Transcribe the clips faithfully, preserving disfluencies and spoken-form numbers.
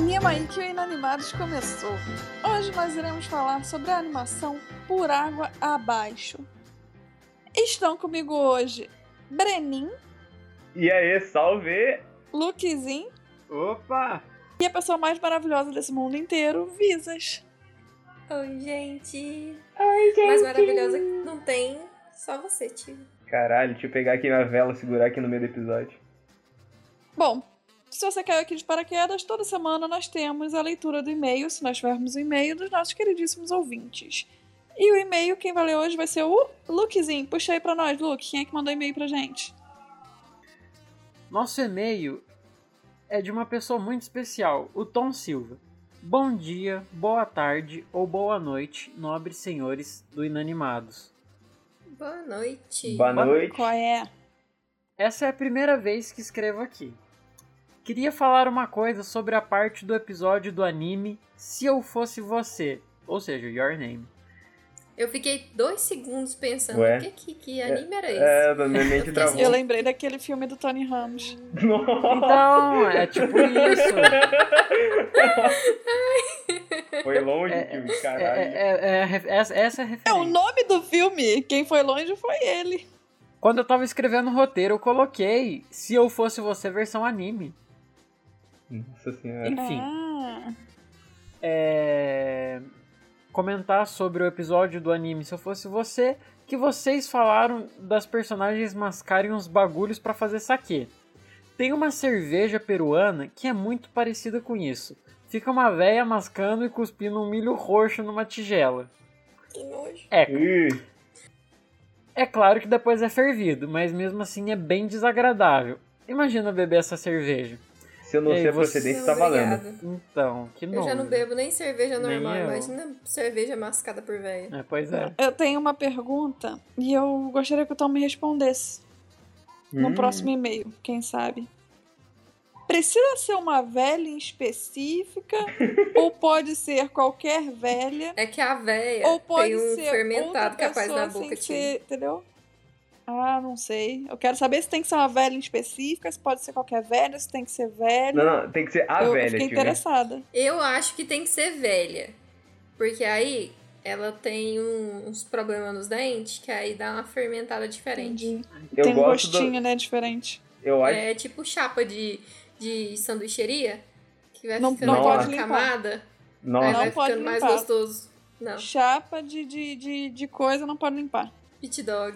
Anima aí que o Inanimados começou. Hoje nós iremos falar sobre a animação Por Água Abaixo. Estão comigo hoje Brenin. E aí, salve! Lukezinho. Opa! E a pessoa mais maravilhosa desse mundo inteiro, Visas. Oi, gente. Oi, gente! Mais maravilhosa que não tem, só você, tio. Caralho, deixa eu pegar aqui minha vela e segurar aqui no meio do episódio. Bom, se você caiu aqui de paraquedas, toda semana nós temos a leitura do e-mail, se nós tivermos o e-mail, dos nossos queridíssimos ouvintes. E o e-mail, quem vai ler hoje vai ser o Lukezinho. Puxa aí pra nós, Luke. Quem é que mandou e-mail pra gente? Nosso e-mail é de uma pessoa muito especial, o Tom Silva. Bom dia, boa tarde ou boa noite, nobres senhores do Inanimados. Boa noite. Boa noite. Qual é? Essa é a primeira vez que escrevo aqui. Queria falar uma coisa sobre a parte do episódio do anime Se Eu Fosse Você, ou seja, Your Name. Eu fiquei dois segundos pensando, Ué? o que, que, que anime era esse? É, da minha mente Eu travou. Eu lembrei daquele filme do Tony Ramos. Então, é tipo isso. Foi longe, É, tio, É, caralho. é, é, é, essa, essa é a É, referência. o nome do filme, quem foi longe foi ele. Quando eu tava escrevendo o roteiro, eu coloquei Se Eu Fosse Você versão anime. Nossa senhora. Enfim. Ah, É... comentar sobre o episódio do anime Se Eu Fosse Você, que vocês falaram das personagens mascarem uns bagulhos pra fazer saquê. Tem uma cerveja peruana que é muito parecida com isso. Fica uma véia mascando e cuspindo um milho roxo numa tigela. Que nojo. É, Ih, é claro que depois é fervido, mas mesmo assim é bem desagradável. Imagina beber essa cerveja. se eu não E aí, sei a você- procedência, Não, tá valendo. obrigada. Então, que Eu nojo. já não bebo nem cerveja Nem normal, eu. imagina cerveja mascada por velha. É, pois é. eu tenho uma pergunta e eu gostaria que o Tom me respondesse no Hum. próximo e-mail, quem sabe. Precisa ser uma velha em específica ou pode ser qualquer velha É que a véia ou pode tem um ser fermentado outra capaz pessoa na boca, sem tio. ser, entendeu? Ah, não sei. Eu quero saber se tem que ser uma velha em específica, se pode ser qualquer velha, se tem que ser velha. Não, não, tem que ser a eu, eu velha, fiquei tio. interessada. Eu acho que tem que ser velha. Porque aí ela tem um- uns problemas nos dentes que aí dá uma fermentada diferente. Entendi. Eu Tem um gosto do- gostinho, né, diferente. Eu acho. É tipo chapa de, de sanduicheria, que vai Não- ficando não aquela pode limpar. camada, aí Nossa, vai Não pode ficando mais limpar. gostoso. Não, Chapa de, de, de, de coisa não pode limpar. pit dog.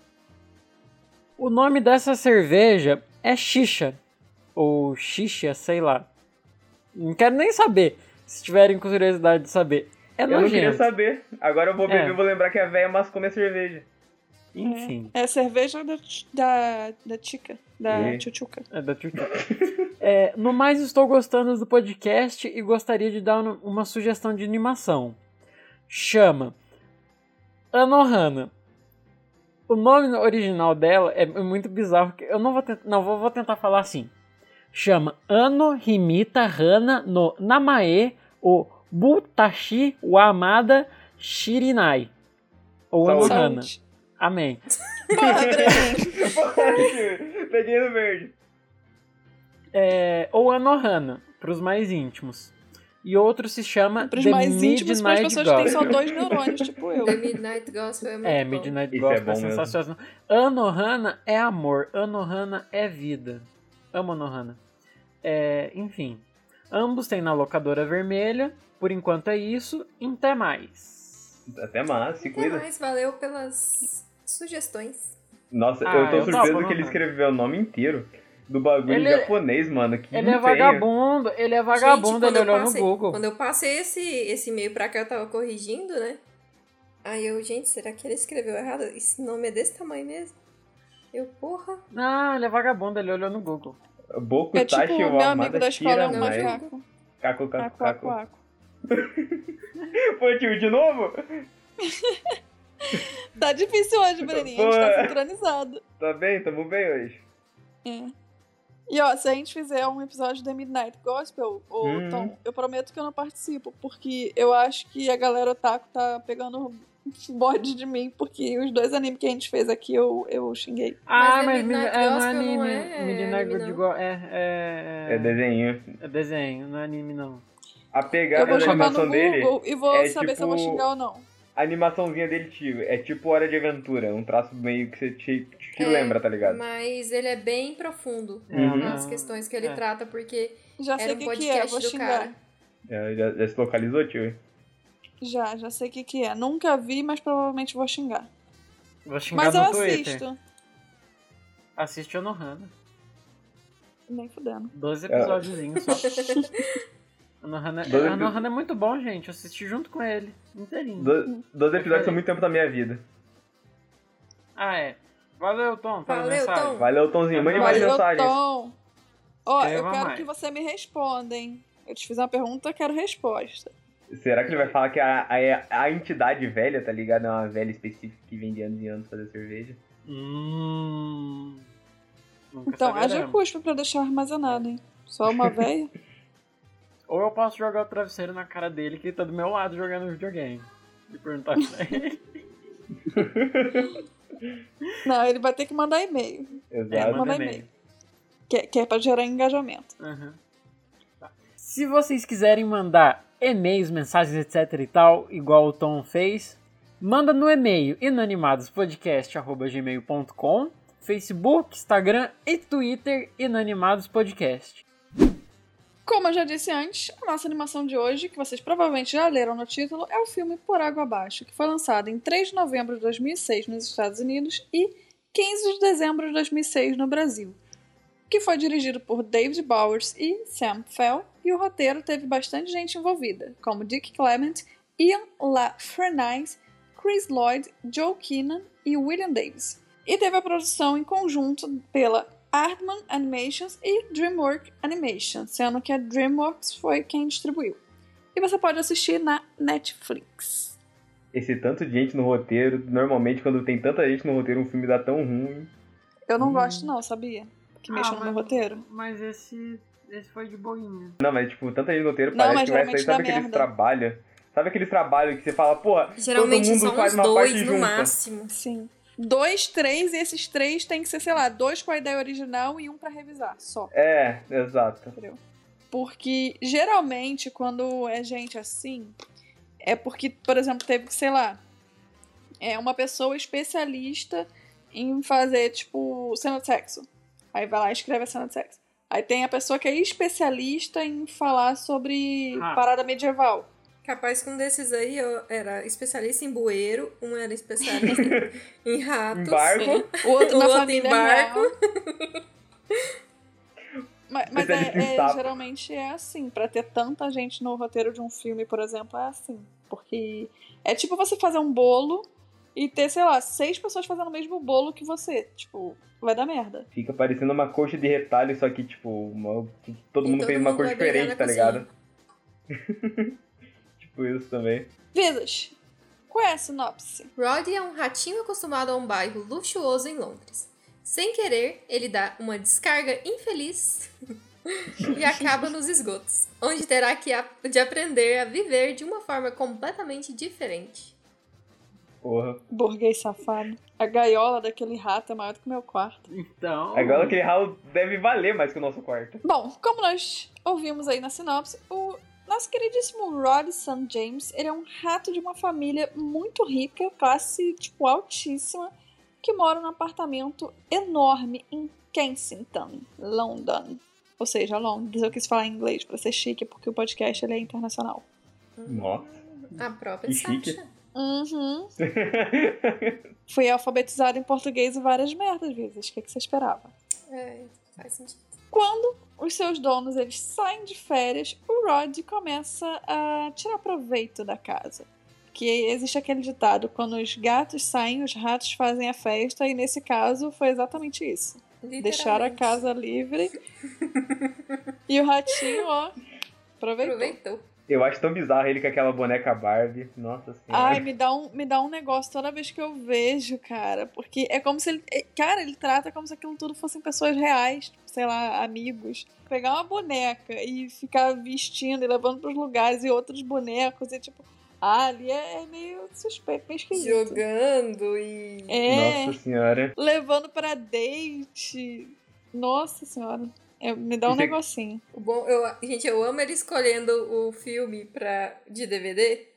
O nome dessa cerveja é Xixa. Ou Xixa, sei lá. Não quero nem saber. Se tiverem curiosidade de saber. É eu não queria nojento. saber. Agora eu vou beber É. e vou lembrar que a velha mascou minha cerveja. Enfim. É cerveja da, da, da Tica, da É. Tchutchuca. É da Tchutchu. É, no mais, estou gostando do podcast e gostaria de dar um- uma sugestão de animação. Chama Anohana. O nome original dela é muito bizarro. que Eu não vou, tent- não, vou, vou tentar falar assim. Chama Ano Himita Hana no Namae o Butashi Wamada Shirinai. Ou Saúde. Anohana. Saúde. Amém. Porra, Brenin. Peguei no verde. É, ou Anohana, para os mais íntimos. E outro se chama Pros The mais íntimos, para as Midnight pessoas que têm só Gospel. dois neurônios, tipo eu. The Midnight Gospel é muito É, bom. Midnight Isso é Gospel é, bom mesmo. sensacional. Anohana é amor, Anohana é vida. Amo Anohana. É, enfim, ambos têm na locadora vermelha. Por enquanto é isso. Até mais. Até mais, se Até cuida. mais, valeu pelas sugestões. Nossa, Ah, eu tô eu surpreso topo, que ele não, escreveu o nome inteiro do bagulho Ele em é- japonês, mano. Que Ele é empenho. vagabundo, ele é vagabundo, Gente, ele quando eu olhou passei- no Google. Quando eu passei esse, esse e-mail pra cá, eu tava corrigindo, né? Aí eu, gente, será que ele escreveu errado? Esse nome é desse tamanho mesmo? Eu, porra. Não, ele é vagabundo, ele olhou no Google. Boku É tipo Tashi o meu Wamada amigo da escola é um Shiranai. macaco. Caco, caco, Aco, caco. aco, aco. Pô, tio, de novo? Tá difícil hoje, Breninho. A gente Pô. tá sincronizado. Tá bem? Tamo bem hoje. É. E ó, se a gente fizer um episódio da Midnight Gospel, ô Hum. Tom, eu prometo que eu não participo, porque eu acho que a galera otaku tá pegando bode de mim, porque os dois animes que a gente fez aqui eu, eu xinguei. Ah, Mas mas, Midnight é, não é Gospel não anime. é Midnight anime, não. Gospel é, é, É desenho. é desenho, não é anime, não. A Eu pegada vou da jogar no animação dele Google e vou é saber tipo... se eu vou xingar ou não. A animaçãozinha dele, tio, é tipo Hora de Aventura. Um traço meio que você te, te É, lembra, tá ligado? Mas ele é bem profundo Uhum. nas questões que ele É. trata, porque Já sei era o um que, que podcast é, vou do xingar. cara. Já, já, já se localizou, tio? Já, já sei o que, que é. Nunca vi, mas provavelmente vou xingar. Vou xingar Mas no eu Twitter. assisto. Assiste Anohana. Nem fudendo. doze episódiozinhos só. Anohana, Doze Anohana é muito bom, gente. Eu assisti junto com ele. Inteirinho. Do- doze episódios são muito tempo da minha vida. Ah, é. Valeu, Tom, pela Valeu, mensagem. Tom. Valeu, Tomzinho. Mande mais Valeu, mensagens. Tom. Ó, eu Escreva quero mais. que você me responda, hein? Eu te fiz uma pergunta, eu quero resposta. Será que ele vai falar que a, a, a entidade velha, tá ligado? É uma velha específica que vem de anos e anos fazer cerveja? Hum. Nunca Então, haja saberemos. cuspe pra deixar armazenado, hein? Só uma véia? Ou eu posso jogar o travesseiro na cara dele que tá do meu lado jogando videogame. E perguntar pra ele. Não, ele vai ter que mandar e-mail. É, Exato. manda manda e-mail. e-mail. Que, que é pra gerar engajamento. Uhum. Tá. Se vocês quiserem mandar e-mails, mensagens, etc e tal, igual o Tom fez, manda no e-mail inanimadospodcast arroba gmail ponto com, Facebook, Instagram e Twitter inanimadospodcast. Como eu já disse antes, a nossa animação de hoje, que vocês provavelmente já leram no título, é o filme Por Água Abaixo, que foi lançado em três de novembro de dois mil e seis nos Estados Unidos e quinze de dezembro de dois mil e seis no Brasil, que foi dirigido por David Bowers e Sam Fell, e o roteiro teve bastante gente envolvida, como Dick Clement, Ian LaFrenice, Chris Lloyd, Joe Keenan e William Davis. E teve a produção em conjunto pela Aardman Animations e DreamWorks Animation, sendo que a DreamWorks foi quem distribuiu. E você pode assistir na Netflix. Esse tanto de gente no roteiro, normalmente quando tem tanta gente no roteiro, um filme dá tão ruim. Eu não Hum. gosto não, sabia? Que mexam Ah, no meu roteiro. Mas esse, esse foi de boinha. Não, mas tipo, tanta gente no roteiro, Não, parece mas que vai sair. geralmente Sabe dá aqueles merda. trabalhos? Sabe aqueles trabalhos que você fala, porra, Geralmente todo mundo são faz uns uma dois parte no junta. máximo. Sim. Dois, três, e esses três tem que ser, sei lá, dois com a ideia original e um pra revisar, só. É, exato. Entendeu? Porque, geralmente, quando é gente assim, é porque, por exemplo, teve que, sei lá, é uma pessoa especialista em fazer, tipo, cena de sexo. Aí vai lá e escreve a cena de sexo. Aí tem a pessoa que é especialista em falar sobre Ah. parada medieval. Capaz que um desses aí eu era especialista em bueiro, um era especialista em, em ratos. Em barco. O outro O na outro família em barco. real. Mas, mas é, Especialista em é- sapo. geralmente é assim. Pra ter tanta gente no roteiro de um filme, por exemplo, é assim. Porque é tipo você fazer um bolo e ter, sei lá, seis pessoas fazendo o mesmo bolo que você. Tipo, vai dar merda. Fica parecendo uma coxa de retalho, só que, tipo, uma- todo E mundo todo fez uma mundo cor vai brigar diferente, na tá cozinha. ligado? Tipo isso também. Vidas, qual é a sinopse? Roddy é um ratinho acostumado a um bairro luxuoso em Londres. Sem querer, ele dá uma descarga infeliz e acaba nos esgotos, onde terá que a- de aprender a viver de uma forma completamente diferente. Porra. Burguês safado. A gaiola daquele rato é maior do que o meu quarto. Então. Agora aquele ralo deve valer mais que o nosso quarto. Bom, como nós ouvimos aí na sinopse, o nosso queridíssimo Rod Saint James, ele é um rato de uma família muito rica, classe, tipo, altíssima, que mora num apartamento enorme em Kensington, London. Ou seja, Londres. Eu quis falar em inglês pra ser chique, porque o podcast ele é internacional. Nossa. A própria Que chique. Sasha. Uhum. Fui alfabetizada em português e várias merdas, vezes. O que, que você esperava? É, faz sentido. Quando os seus donos eles saem de férias, o Rod começa a tirar proveito da casa. Que existe aquele ditado, quando os gatos saem, os ratos fazem a festa, e nesse caso foi exatamente isso. Deixaram a Literalmente. casa livre e o ratinho, ó, aproveitou. Aproveitou. Eu acho tão bizarro ele com aquela boneca Barbie. Nossa senhora. Ai, me dá, um, me dá um negócio toda vez que eu vejo, cara. Porque é como se ele... é- Cara, ele trata como se aquilo tudo fossem pessoas reais. Tipo, sei lá, amigos. Pegar uma boneca e ficar vestindo e levando pros lugares e outros bonecos. E tipo... Ah, ali é meio suspeito, meio esquisito. Jogando e... É, Nossa senhora. levando pra date. Nossa senhora. É, me dá um Isso é- negocinho. O bom, eu, gente, eu amo ele escolhendo o filme pra, de D V D.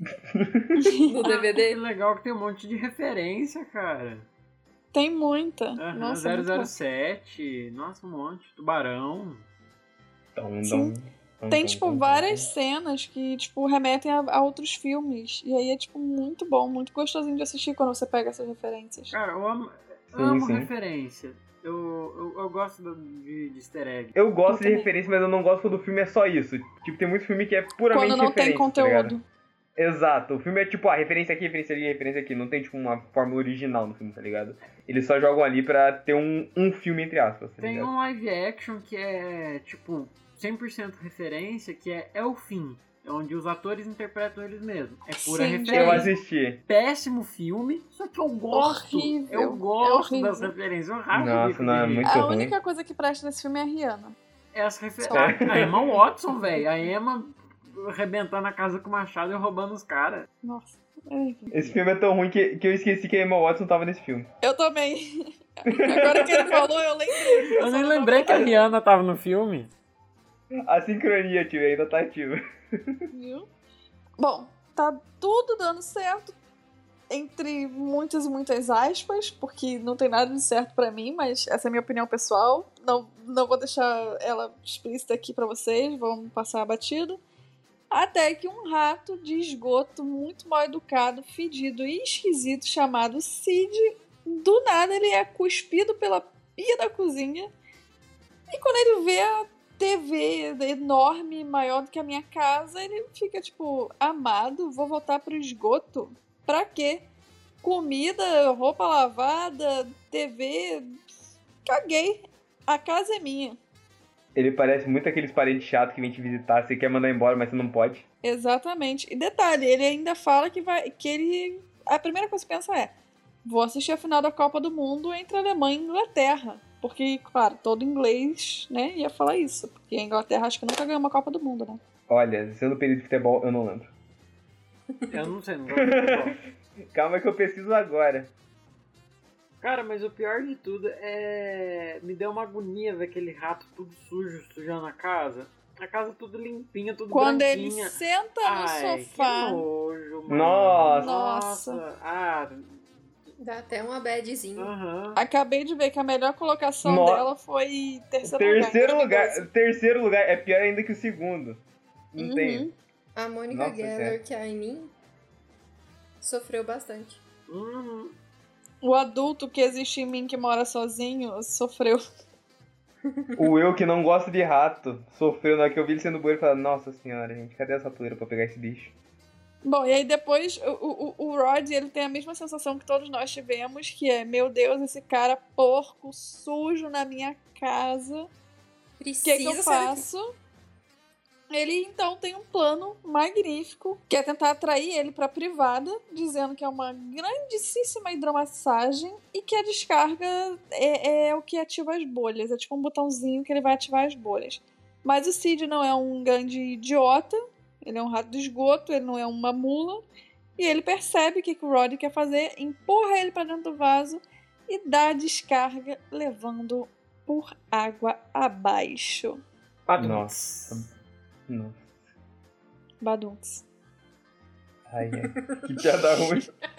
No D V Que D. legal que tem um monte de referência, cara. Tem muita. Aham, Nossa, muito bom. zero zero sete, nossa, um monte. Tubarão. Tom, Sim. tom, tom, Tem, tom, tipo, tom, várias tom. cenas que, tipo, remetem a, a outros filmes. E aí é, tipo, muito bom, muito gostosinho de assistir quando você pega essas referências. Cara, eu amo, eu Sim, amo sim. referência. Eu, eu, eu gosto de, de easter egg. Eu gosto Eu de também. referência, mas eu não gosto quando o filme é só isso. Tipo, tem muito filme que é puramente Quando não tem referência, tá ligado? conteúdo. Exato. O filme é tipo, ah, referência aqui, referência ali, referência aqui. Não tem, tipo, uma fórmula original no filme, tá ligado? Eles só jogam ali pra ter um, um filme, entre aspas, tá Tem ligado? um live action que é, tipo, cem por cento referência, que é É o Fim. É onde os atores interpretam eles mesmos. É pura Sim, referência. Eu assisti. Péssimo filme, só que eu gosto. Horrível, Eu é gosto horrível. das referências. Eu racho Nossa, bico não, é de- muito A ruim. única coisa que presta nesse filme é a Rihanna. É as refer... Só. A Emma Watson, velho. A Emma arrebentando a casa com o machado e roubando os caras. Nossa. Ai. Esse filme é tão ruim que, que eu esqueci que a Emma Watson tava nesse filme. Eu também. Agora que ele falou, eu lembrei. Eu só nem não lembrei que a Rihanna tava no filme. A sincronia, tio, ainda tá ativa. Viu? Bom, tá tudo dando certo. Entre muitas e muitas aspas, porque não tem nada de certo pra mim, mas essa é a minha opinião pessoal. Não, não vou deixar ela explícita aqui pra vocês, vamos passar batido. Até que um rato de esgoto muito mal educado, fedido e esquisito, chamado Cid, do nada ele é cuspido pela pia da cozinha. E quando ele vê a T V enorme, maior do que a minha casa, ele fica tipo, amado, vou voltar pro esgoto? Pra quê? Comida, roupa lavada, T V. Caguei. A casa é minha. Ele parece muito aqueles parentes chatos que vêm te visitar, você quer mandar embora, mas você não pode. Exatamente. E detalhe, ele ainda fala que vai. Que ele. A primeira coisa que pensa é: vou assistir a final da Copa do Mundo entre Alemanha e Inglaterra. Porque, claro, todo inglês, né, ia falar isso. Porque a Inglaterra acho que nunca ganhou uma Copa do Mundo, né? Olha, sendo período de futebol, eu não lembro. Eu não sei, não gosto de futebol. Calma que eu preciso agora. Cara, mas o pior de tudo é... Me deu uma agonia ver aquele rato tudo sujo, sujando a casa. A casa tudo limpinha, tudo Quando ele branquinha. senta no Ai, sofá. que nojo, mano. Nossa. Nossa. Ah, Dá até uma badzinha. aham. Acabei de ver que a melhor colocação No- dela foi terceiro, Terceiro lugar. lugar, maravilhoso. terceiro lugar é pior ainda que o segundo. Não Uhum. tem. A Mônica Nossa, Geller, sério. que é a Aimin, sofreu bastante. Uhum. O adulto que existe em mim que mora sozinho sofreu. O eu que não gosta de rato sofreu na hora que eu vi ele sendo bueiro e falei, nossa senhora, gente, cadê essa poeira pra pegar esse bicho? Bom, e aí depois o, o, o Rod, ele tem a mesma sensação que todos nós tivemos, que é, meu Deus, esse cara porco, sujo na minha casa. O Precisa que, que eu ser- faço? Ele então tem um plano magnífico, que é tentar atrair ele pra privada, dizendo que é uma grandíssima hidromassagem e que a descarga é, é o que ativa as bolhas. É tipo um botãozinho que ele vai ativar as bolhas. Mas o Cid não é um grande idiota, ele é um rato de esgoto, ele não é uma mula. E ele percebe o que, que o Rod quer fazer, empurra ele pra dentro do vaso e dá a descarga, levando por água abaixo. Nossa. Nossa. Badunks. Ai, ai. Que piada ruim.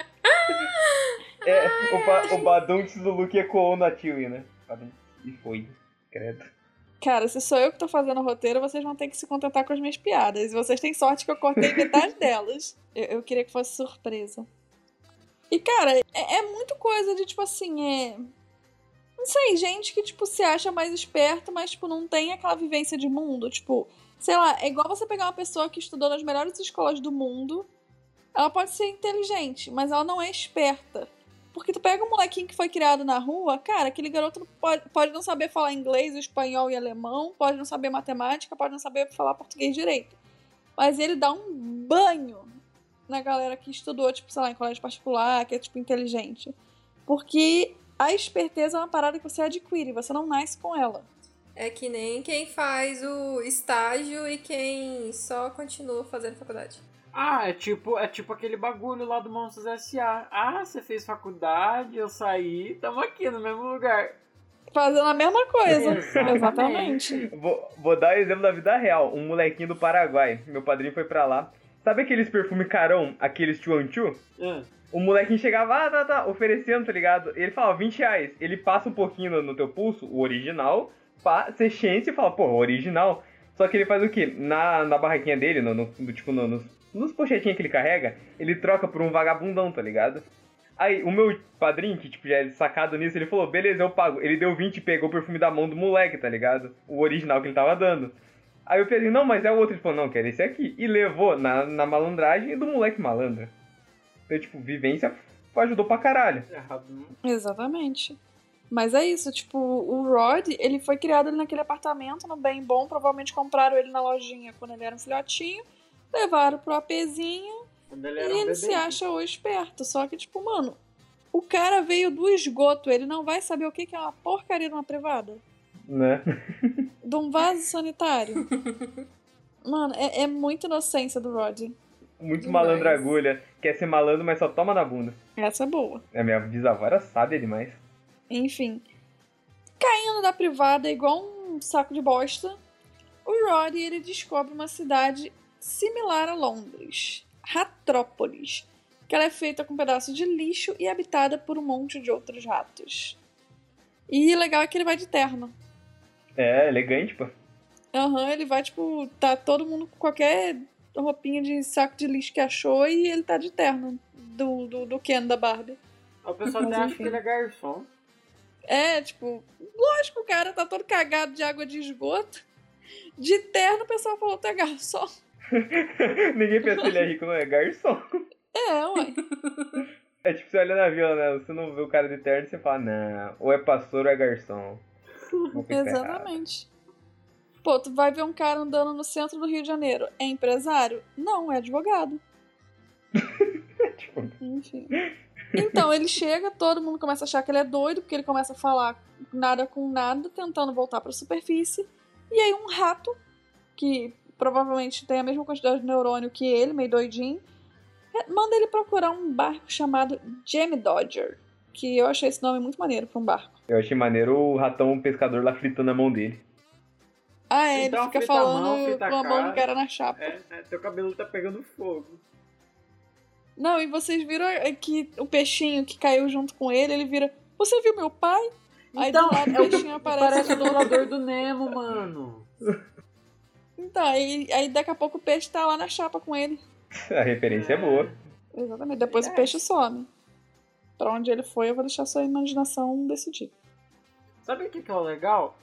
É, o, ba o Badunks do Luke ecoou na Chewie, né? Badunks. E foi. Credo. Cara, se sou eu que tô fazendo o roteiro, vocês vão ter que se contentar com as minhas piadas. E vocês têm sorte que eu cortei metade delas. Eu, eu queria que fosse surpresa. E, cara, é, é muito coisa de, tipo assim, é... Não sei, gente que, tipo, se acha mais esperto, mas, tipo, não tem aquela vivência de mundo. Tipo, sei lá, é igual você pegar uma pessoa que estudou nas melhores escolas do mundo. Ela pode ser inteligente, mas ela não é esperta. Porque tu pega um molequinho que foi criado na rua, cara, aquele garoto não pode, pode não saber falar inglês, espanhol e alemão, pode não saber matemática, pode não saber falar português direito. Mas ele dá um banho na galera que estudou, tipo, sei lá, em colégio particular, que é, tipo, inteligente. Porque a esperteza é uma parada que você adquire, você não nasce com ela. É que nem quem faz o estágio e quem só continua fazendo faculdade. Ah, é tipo, é tipo aquele bagulho lá do Monstros S A. Ah, você fez faculdade, eu saí, tamo aqui no mesmo lugar. Fazendo a mesma coisa. Exatamente. Exatamente. Vou, vou dar o exemplo da vida real. Um molequinho do Paraguai. Meu padrinho foi pra lá. Sabe aqueles perfume carão? Aqueles chuanchu? Ah, O molequinho chegava, ah, tá, tá, oferecendo, tá ligado? Ele fala, vinte reais. Ele passa um pouquinho no, no teu pulso, o original. Pá, você chance e fala, pô, original. Só que ele faz o quê? Na, na barraquinha dele, no, no, no, tipo, no, nos, nos pochetinhos que ele carrega, ele troca por um vagabundão, tá ligado? Aí, o meu padrinho, que tipo, já é sacado nisso, ele falou, beleza, eu pago. Ele deu vinte e pegou o perfume da mão do moleque, tá ligado? O original que ele tava dando. Aí eu falei, não, mas é o outro. Ele falou, não, quero esse aqui. E levou na, na malandragem do moleque malandro. Então, tipo, vivência ajudou pra caralho. errado. Exatamente. Mas é isso, tipo, o Rod, ele foi criado ali naquele apartamento, no Bem Bom, provavelmente compraram ele na lojinha quando ele era um filhotinho, levaram pro APzinho Quando ele e era um ele bebê. se acha o esperto. Só que, tipo, mano, o cara veio do esgoto, ele não vai saber o que que é uma porcaria de uma privada? Né? De um vaso sanitário? Mano, é, é muita inocência do Rod. Muito Demais. malandro agulha. Quer ser malandro, mas só toma na bunda. Essa é boa. A minha bisavó era sábia demais. Enfim. Caindo da privada igual um saco de bosta, o Rod, ele descobre uma cidade similar a Londres, Ratrópolis, que ela é feita com pedaços de lixo e habitada por um monte de outros ratos. E o legal é que ele vai de terno. É, elegante, pô. Aham, ele vai, tipo, tá todo mundo com qualquer roupinha de saco de lixo que achou e ele tá de terno do, do, do Ken da Barbie. O pessoal Mas até acha enfim. que ele é garçom. É, tipo, lógico, o cara tá todo cagado de água de esgoto. De terno, o pessoal falou, tu é garçom. Ninguém pensa que ele é rico, não é garçom. É, ué. É tipo, você olha na vila, né? Você não vê o cara de terno, você fala, não, ou é pastor ou é garçom. Não fica errado. Exatamente. Pô, tu vai ver um cara andando no centro do Rio de Janeiro. É empresário? Não, é advogado. Tipo, Enfim. Então, ele chega, todo mundo começa a achar que ele é doido, porque ele começa a falar nada com nada, tentando voltar pra superfície. E aí um rato, que provavelmente tem a mesma quantidade de neurônio que ele, meio doidinho, manda ele procurar um barco chamado Jemmy Dodger. Que eu achei esse nome muito maneiro pra um barco. eu achei maneiro o ratão pescador lá fritando a mão dele. Ah, é, Então, ele fica frita a falando mão, frita a com a mão cara. de cara na chapa. É, é, teu cabelo tá pegando fogo. Não, e vocês viram que o peixinho que caiu junto com ele, ele vira, você viu meu pai? Aí Então, do lado o é o- peixinho aparece. Parece o do outro. dublador do Nemo, mano. Então, aí, aí daqui a pouco o peixe tá lá na chapa com ele. A referência é boa. Exatamente. Depois o Verdade. peixe some. Pra onde ele foi, eu vou deixar sua imaginação decidir. Sabe o que, que é o legal?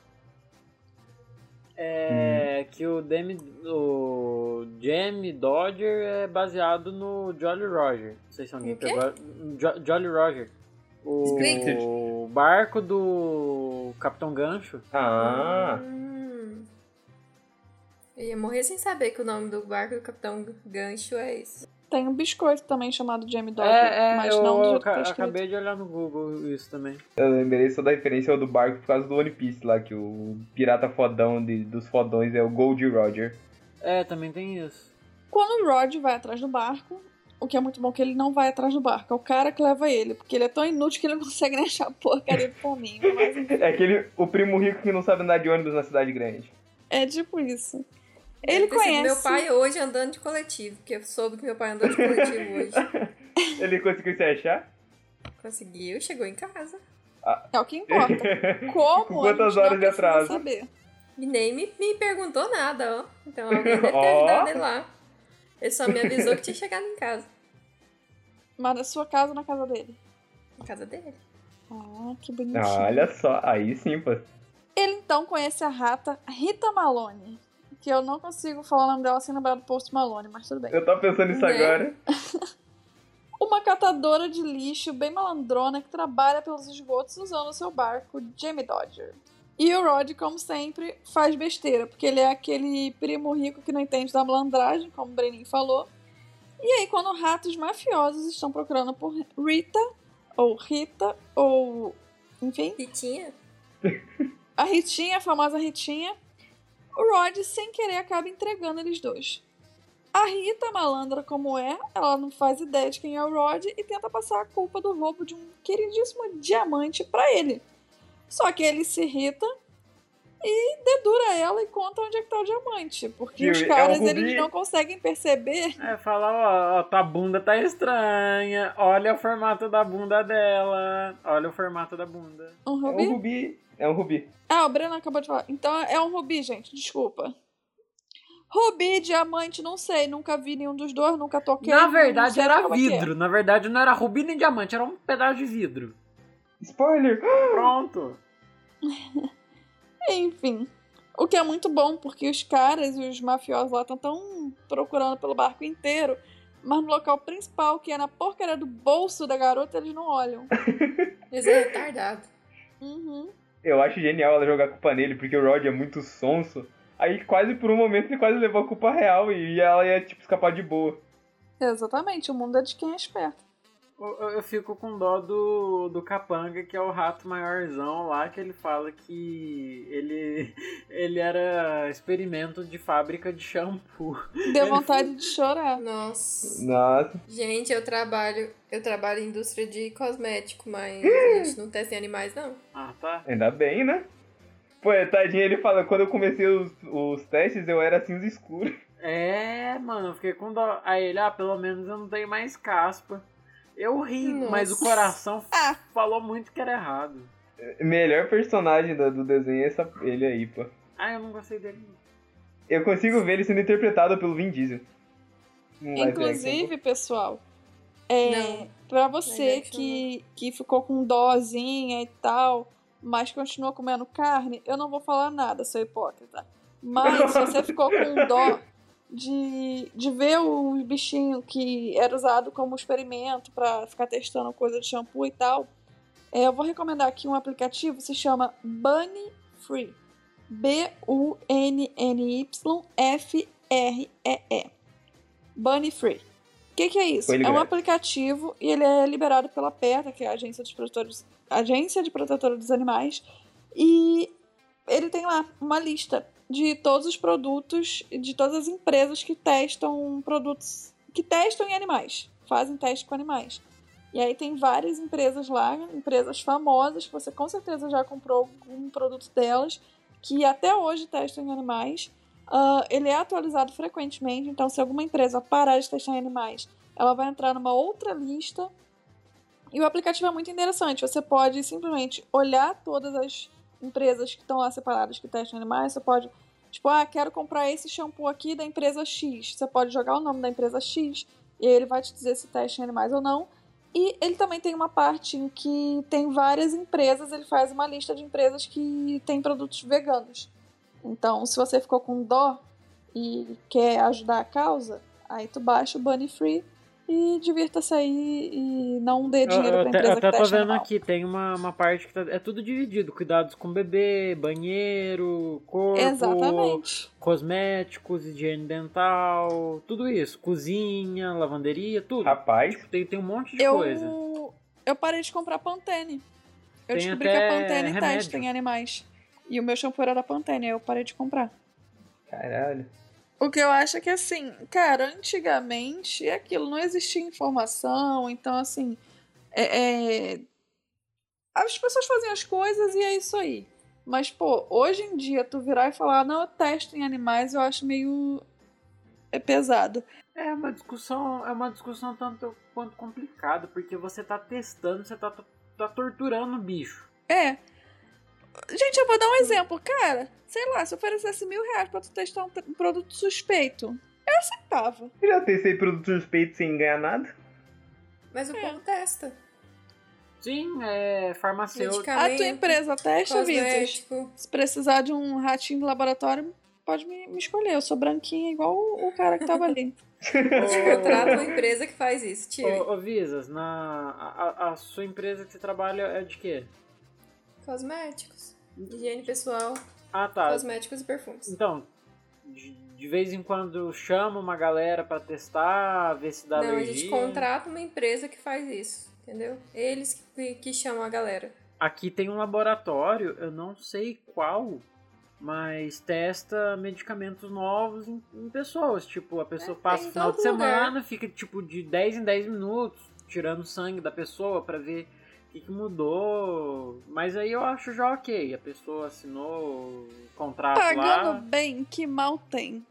É que o, Demi, o Jamie Dodger é baseado no Jolly Roger. Não sei se alguém O quê? pegou. Jo- Jolly Roger. O Explica. barco do Capitão Gancho. Ah, Hum. Eu ia morrer sem saber que o nome do barco do Capitão Gancho é esse. Tem um biscoito também chamado Jamie Dodger, É, é, mas eu não do jeito que aca- tá escrito. acabei de olhar no Google isso também. eu lembrei só da referência do barco por causa do One Piece lá, que o pirata fodão de, dos fodões é o Gold Roger. É, também tem isso. Quando o Rod vai atrás do barco, o que é muito bom que ele não vai atrás do barco, é o cara que leva ele, porque ele é tão inútil que ele não consegue nem achar a porcaria do pominho. Mas enfim, É aquele, o primo rico que não sabe andar de ônibus na cidade grande. é tipo isso. Ele Deve ter sido conhece. meu pai hoje andando de coletivo, porque eu soube que meu pai andou de coletivo hoje. Ele conseguiu se achar? Conseguiu, chegou em casa. É o que importa. Como? Com quantas a gente não horas de precisa atraso? saber. E nem me, me perguntou nada, ó. Então alguém deve ter Ó. ajudado ele lá. Ele só me avisou que tinha chegado em casa. Mas na sua casa ou na casa dele? Na casa dele. Ah, que bonitinho. Ah, olha só, aí sim, pô. Ele então conhece a rata Rita Malone. Que eu não consigo falar o nome dela sem lembrar do Post Malone, mas tudo bem. Eu tava pensando nisso Né? agora. Uma catadora de lixo bem malandrona que trabalha pelos esgotos usando o seu barco Jamie Dodger. E o Rod, como sempre, faz besteira, porque ele é aquele primo rico que não entende da malandragem, como o Breninho falou. E aí, quando ratos mafiosos estão procurando por Rita, ou Rita, ou... enfim, Ritinha? a Ritinha, a famosa Ritinha, o Rod, sem querer, acaba entregando eles dois. A Rita, malandra como é, ela não faz ideia de quem é o Rod e tenta passar a culpa do roubo de um queridíssimo diamante pra ele. Só que ele se irrita e dedura ela e conta onde é que tá o diamante. Porque Tio, os é um caras, rubi. eles não conseguem perceber. É, fala, ó, ó, tua bunda tá estranha, olha o formato da bunda dela, olha o formato da bunda. Um É rubi? um rubi. É um rubi. Ah, o Breno acabou de falar. Então é um rubi, gente, desculpa. Rubi, diamante, não sei, nunca vi nenhum dos dois, nunca toquei. Na não verdade sei era como é que é. vidro, na verdade não era rubi nem diamante, era um pedaço de vidro. Spoiler! Pronto. Enfim, o que é muito bom, porque os caras e os mafiosos lá estão tão procurando pelo barco inteiro, mas no local principal, que é na porcaria do bolso da garota, eles não olham. Eles é retardado. Uhum. Eu acho genial ela jogar a culpa nele, porque o Rod é muito sonso. Aí quase por um momento ele quase levou a culpa real e ela ia, tipo, escapar de boa. Exatamente, o mundo é de quem é esperto. Eu, eu fico com dó do, do Capanga, que é o rato maiorzão lá, que ele fala que ele, ele era experimento de fábrica de shampoo. Deu vontade de chorar. Nossa. Nossa. Gente, eu trabalho, eu trabalho em indústria de cosmético, mas a gente não testa em animais, não. Ah, tá. Ainda bem, né? Pô, tadinho, ele fala, quando eu comecei os, os testes, eu era cinza escuro. É, mano, eu fiquei com dó. Aí ele, ah, pelo menos eu não tenho mais caspa. Eu ri, Nossa. mas o coração Ah. falou muito que era errado. Melhor personagem do, do desenho é essa, ele aí, pô. Ah, eu não gostei dele. Eu consigo ver ele sendo interpretado pelo Vin Diesel. Um live Inclusive, pessoal, é, Não. pra Live você action que, que ficou com dózinha e tal, mas continua comendo carne, eu não vou falar nada, sou hipócrita. Mas se você ficou com dó de, de ver o bichinho que era usado como experimento pra ficar testando coisa de shampoo e tal, é, eu vou recomendar aqui um aplicativo, se chama Bunny Free. B U N N Y F R E E. Bunny Free. O que, que é isso? Foi É um liberado. aplicativo e ele é liberado pela PETA, que é a Agência, dos Protetores, Agência de Protetora dos Animais, e ele tem lá uma lista de todos os produtos, de todas as empresas que testam produtos, que testam em animais, fazem teste com animais. E aí tem várias empresas lá, empresas famosas, que você com certeza já comprou algum produto delas, que até hoje testam em animais. Uh, ele é atualizado frequentemente, então se alguma empresa parar de testar em animais, ela vai entrar numa outra lista. E o aplicativo é muito interessante. Você pode simplesmente olhar todas as empresas que estão lá separadas que testam em animais. Você pode, tipo, ah, quero comprar esse shampoo aqui da empresa X. Você pode jogar o nome da empresa X e aí ele vai te dizer se testa em animais ou não. E ele também tem uma parte em que tem várias empresas, ele faz uma lista de empresas que têm produtos veganos. Então, se você ficou com dó e quer ajudar a causa, aí tu baixa o Bunny Free e divirta-se aí e não dê dinheiro eu, pra eu empresa até que tô testa vendo animal. aqui, tem uma, uma parte que tá, é tudo dividido. Cuidados com bebê, banheiro, corpo, Exatamente. cosméticos, higiene dental, tudo isso. Cozinha, lavanderia, tudo. Rapaz, Tipo, tem, tem um monte de Eu, coisa. eu parei de comprar Pantene. Eu Tem descobri que até a Pantene remédio. testa em animais. E o meu shampoo era da Pantene, aí eu parei de comprar. caralho. O que eu acho é que, assim, cara, antigamente é aquilo, não existia informação, então, assim, é, é, as pessoas faziam as coisas e é isso aí. Mas, pô, hoje em dia, tu virar e falar, não, eu testo em animais, eu acho meio é pesado. É uma discussão, é uma discussão tanto quanto complicada, porque você tá testando, você tá, tá torturando o bicho. É. Gente, eu vou dar um exemplo. Cara, sei lá, se oferecesse mil reais pra tu testar um, um produto suspeito, eu aceitava. Eu já testei produto suspeito sem ganhar nada. Mas o É. povo testa. Sim, é farmacêutico. A Medicamento, tua empresa testa, Vitas? cosmético. Se precisar de um ratinho de laboratório, pode me, me escolher. Eu sou branquinha igual o, o cara que tava ali. Contrata uma empresa que faz isso, tio. Ô, ô Visas, na, a, a sua empresa que você trabalha é de quê? Cosméticos, higiene pessoal, Ah, tá. cosméticos e perfumes. Então, de, de vez em quando chama uma galera pra testar, ver se dá Não, a alergia. gente contrata uma empresa que faz isso, entendeu? Eles que, que chamam a galera. Aqui tem um laboratório, eu não sei qual, mas testa medicamentos novos em, em pessoas. Tipo, a pessoa É, passa tem o em final de todo lugar. semana, fica tipo de dez em dez minutos tirando sangue da pessoa pra ver o que, que mudou. Mas aí eu acho já ok. A pessoa assinou o contrato Pagando lá. bem, que mal tem.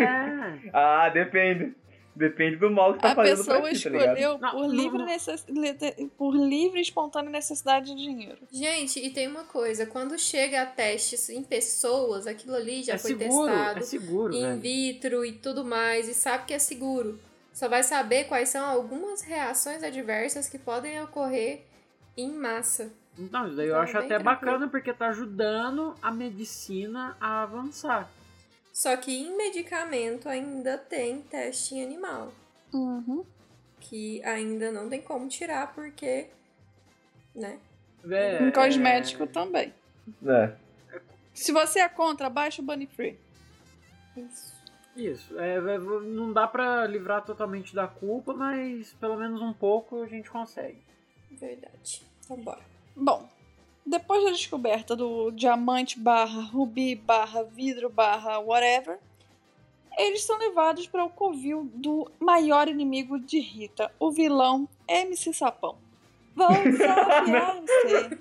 É. Ah, depende. Depende do mal que tá A fazendo pra pessoa ti, tá ligado? escolheu Não, por, não, livre não. necess... li- por livre e espontânea necessidade de dinheiro. Gente, e tem uma coisa, quando chega a testes em pessoas, aquilo ali já É foi seguro, testado é seguro, in velho. vitro e tudo mais, e sabe que é seguro. Só vai saber quais são algumas reações adversas que podem ocorrer em massa. Então, isso daí eu Então, acho bem até tranquilo. bacana porque tá ajudando a medicina a avançar. Só que em medicamento ainda tem teste em animal, Uhum. que ainda não tem como tirar porque, né? É, Em cosmético também. É. Se você é contra, baixa o Bunny Free. Isso. Isso, é, é, não dá pra livrar totalmente da culpa, mas pelo menos um pouco a gente consegue. Verdade. Então bora. Bom, depois da descoberta do diamante barra rubi barra vidro barra whatever, eles são levados para o covil do maior inimigo de Rita, o vilão M C Sapão. Vou desafiar você.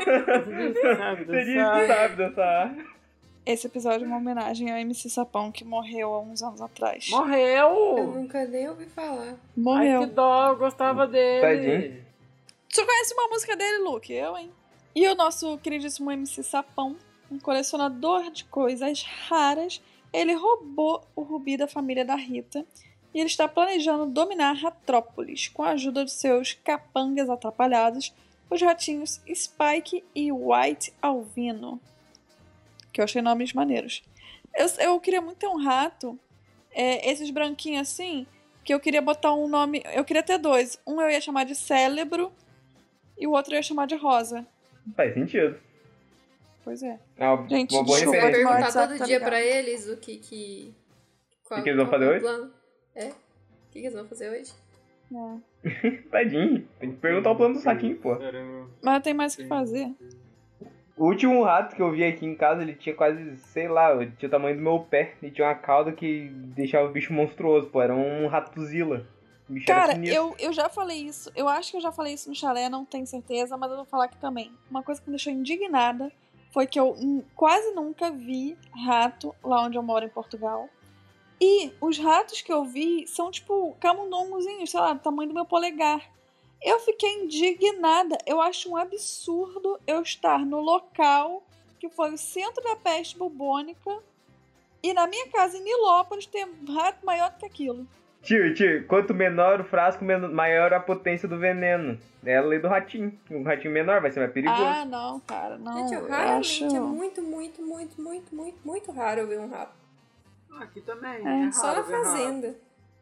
Você sabe Você dançar. sabe dançar. Esse episódio é uma homenagem ao M C Sapão, que morreu há uns anos atrás. Eu Morreu! nunca nem ouvi falar. Morreu. Ai, que dó, eu gostava dele. Tadinho. Tu conhece uma música dele, Luke? Eu, hein? E o nosso queridíssimo M C Sapão, um colecionador de coisas raras, ele roubou o rubi da família da Rita e ele está planejando dominar Ratrópolis com a ajuda de seus capangas atrapalhados, os ratinhos Spike e White Alvino, que eu achei nomes maneiros. Eu, eu queria muito ter um rato, é, esses branquinhos assim, que eu queria botar um nome... Eu queria ter dois. Um eu ia chamar de Cérebro e o outro eu ia chamar de Rosa. Faz sentido. Pois é. É uma, Gente, uma boa desculpa, Você vai referência. meu perguntar WhatsApp todo tá dia ligado. pra eles o que que... Qual, O que eles vão qual fazer é o hoje? plano? É? O que, que eles vão fazer hoje? É. Tadinho. Tem que perguntar o plano do saquinho, pô. Mas eu tenho mais o que fazer. O último rato que eu vi aqui em casa, ele tinha quase, sei lá, ele tinha o tamanho do meu pé. E tinha uma cauda que deixava o bicho monstruoso, pô. Era um ratuzila. O bicho era Cara, sinistro. eu, eu já falei isso. Eu acho que eu já falei isso no chalé, não tenho certeza, mas eu vou falar aqui também. Uma coisa que me deixou indignada foi que eu hum, quase nunca vi rato lá onde eu moro em Portugal. E os ratos que eu vi são tipo camundongozinhos, sei lá, do tamanho do meu polegar. Eu fiquei indignada. Eu acho um absurdo eu estar no local que foi o centro da peste bubônica e na minha casa em Nilópolis ter rato maior do que aquilo. Tio, tio, quanto menor o frasco, men- maior a potência do veneno. É a lei do ratinho. Um ratinho menor vai ser mais perigoso. Ah, não, cara, não. Gente, eu eu raramente, acho... é muito, muito, muito, muito, muito, muito raro eu ver um rato. Aqui também, É, é, Só raro na ver rato. fazenda.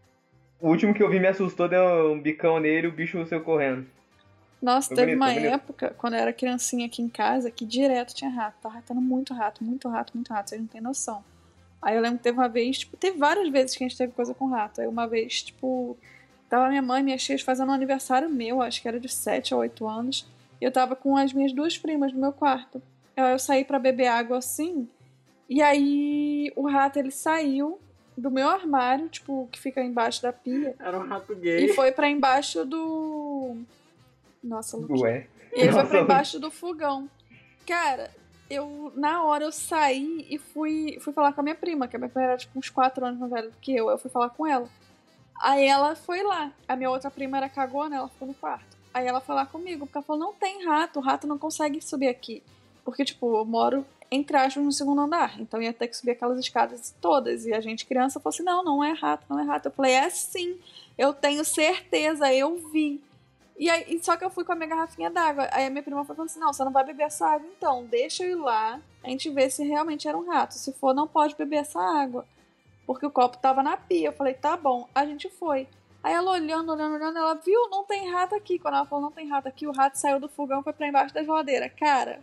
O último que eu vi me assustou, deu um bicão nele e o bicho saiu correndo. Nossa, Foi teve bonito, uma foi bonito. época, quando eu era criancinha aqui em casa, que direto tinha rato. Tava ratando muito rato, muito rato, muito rato. Vocês não têm noção. Aí eu lembro que teve uma vez, tipo, teve várias vezes que a gente teve coisa com rato. Aí uma vez, tipo, tava minha mãe e minhas tias fazendo um aniversário meu, acho que era de sete a oito anos. E eu tava com as minhas duas primas no meu quarto. Eu, eu saí pra beber água assim, e aí o rato, ele saiu do meu armário, tipo, que fica embaixo da pia, Era um rato gay. e foi pra embaixo do... Nossa, Luquinha. Ué. E ele foi Nossa, pra embaixo do fogão. Cara, eu, na hora eu saí e fui, fui falar com a minha prima, que a minha prima era tipo uns quatro anos mais velha do que eu. Eu fui falar com ela. Aí ela foi lá. A minha outra prima era cagona, ela ficou no quarto. Aí ela foi lá comigo, porque ela falou, não tem rato, o rato não consegue subir aqui. Porque, tipo, eu moro, entre aspas, no segundo andar. Então ia ter que subir aquelas escadas todas. E a gente, criança, falou assim, não, não é rato, não é rato. Eu falei, é sim, eu tenho certeza, eu vi. E aí, só que eu fui com a minha garrafinha d'água. Aí a minha prima foi falando assim, não, você não vai beber essa água então, deixa eu ir lá, a gente vê se realmente era um rato. Se for, não pode beber essa água. Porque o copo tava na pia. Eu falei, tá bom, a gente foi. Aí ela olhando, olhando, olhando, ela viu, não tem rato aqui. Quando ela falou, não tem rato aqui, o rato saiu do fogão e foi pra embaixo da geladeira. Cara,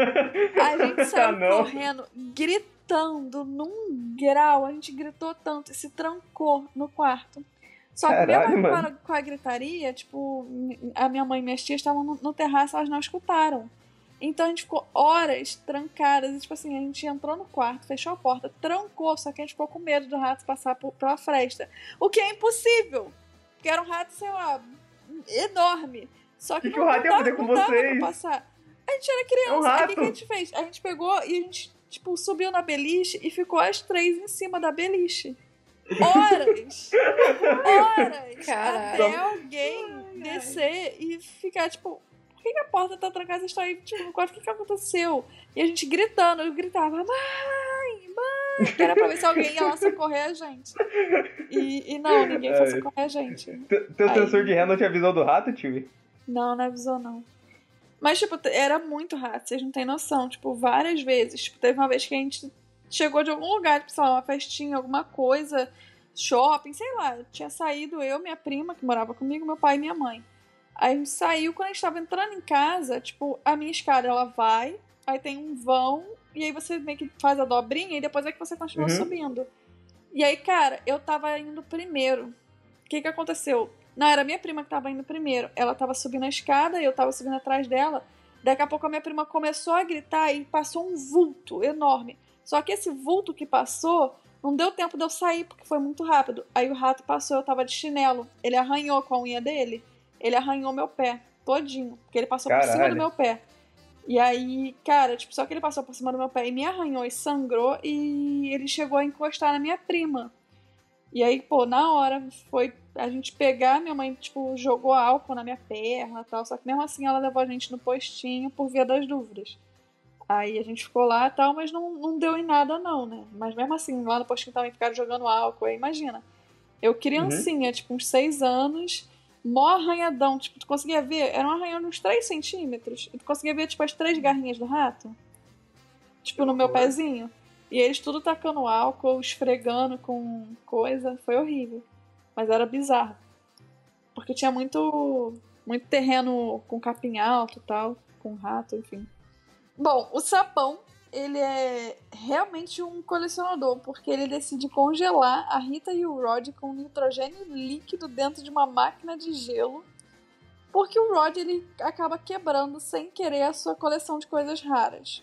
a gente saiu Ah, não. correndo, gritando num grau, a gente gritou tanto e se trancou no quarto. Só que Caralho, mesmo com a, mano. com a gritaria, tipo, a minha mãe e minhas tias estavam no, no terraço, elas não escutaram. Então a gente ficou horas trancadas. E, tipo assim, a gente entrou no quarto, fechou a porta, trancou, só que a gente ficou com medo do rato passar por, pela fresta. O que é impossível. Porque era um rato, sei lá, enorme. Só que, que, não, que o rato ia dava, fazer com não dava vocês? pra passar. A gente era criança. É um Aí o rato. que, que a gente fez? A gente pegou e a gente, tipo, subiu na beliche e ficou as três em cima da beliche. Horas! Horas! Caralho. Até alguém descer e ficar, tipo, por que, que a porta tá trancada? Vocês estão aí, tipo, no quarto, o que, que aconteceu? E a gente gritando, eu gritava, mãe, mãe, que era pra ver se alguém ia lá socorrer a gente. E, e não, ninguém foi socorrer a gente. Teu, teu Aí- sensor de ré não te avisou do rato, tio? Não, não avisou, não. Mas, tipo, era muito rato, vocês não têm noção. Tipo, várias vezes. Tipo, teve uma vez que a gente chegou de algum lugar, tipo, sei lá, uma festinha, alguma coisa, shopping, sei lá. Tinha saído eu, minha prima, que morava comigo, meu pai e minha mãe. Aí a gente saiu, quando a gente tava entrando em casa, tipo, a minha escada, ela vai, aí tem um vão, e aí você meio que faz a dobrinha, e depois é que você continua Uhum. subindo. E aí, cara, eu tava indo primeiro. O que que aconteceu? Não, era a minha prima que tava indo primeiro. Ela tava subindo a escada e eu tava subindo atrás dela. Daqui a pouco a minha prima começou a gritar e passou um vulto enorme. Só que esse vulto que passou, não deu tempo de eu sair porque foi muito rápido. Aí o rato passou, eu tava de chinelo. Ele arranhou com a unha dele. Ele arranhou meu pé todinho. Porque ele passou por cima Caralho. do meu pé. E aí, cara, tipo, só que ele passou por cima do meu pé e me arranhou e sangrou. E ele chegou a encostar na minha prima. E aí, pô, na hora foi a gente pegar, minha mãe, tipo, jogou álcool na minha perna e tal, só que mesmo assim ela levou a gente no postinho por via das dúvidas. Aí a gente ficou lá e tal, mas não, não deu em nada não, né? Mas mesmo assim, lá no postinho também ficaram jogando álcool, aí imagina. Eu criancinha, tipo, uns seis anos, mó arranhadão, tipo, tu conseguia ver, era um arranhão de uns três centímetros, e tu conseguia ver, tipo, as três garrinhas do rato, tipo, no meu pezinho. E eles tudo tacando álcool, esfregando com coisa. Foi horrível. Mas era bizarro. Porque tinha muito, muito terreno com capim alto e tal. Com rato, enfim. Bom, o Sapão, ele é realmente um colecionador. Porque ele decide congelar a Rita e o Rod com nitrogênio líquido dentro de uma máquina de gelo. Porque o Rod, ele acaba quebrando sem querer a sua coleção de coisas raras.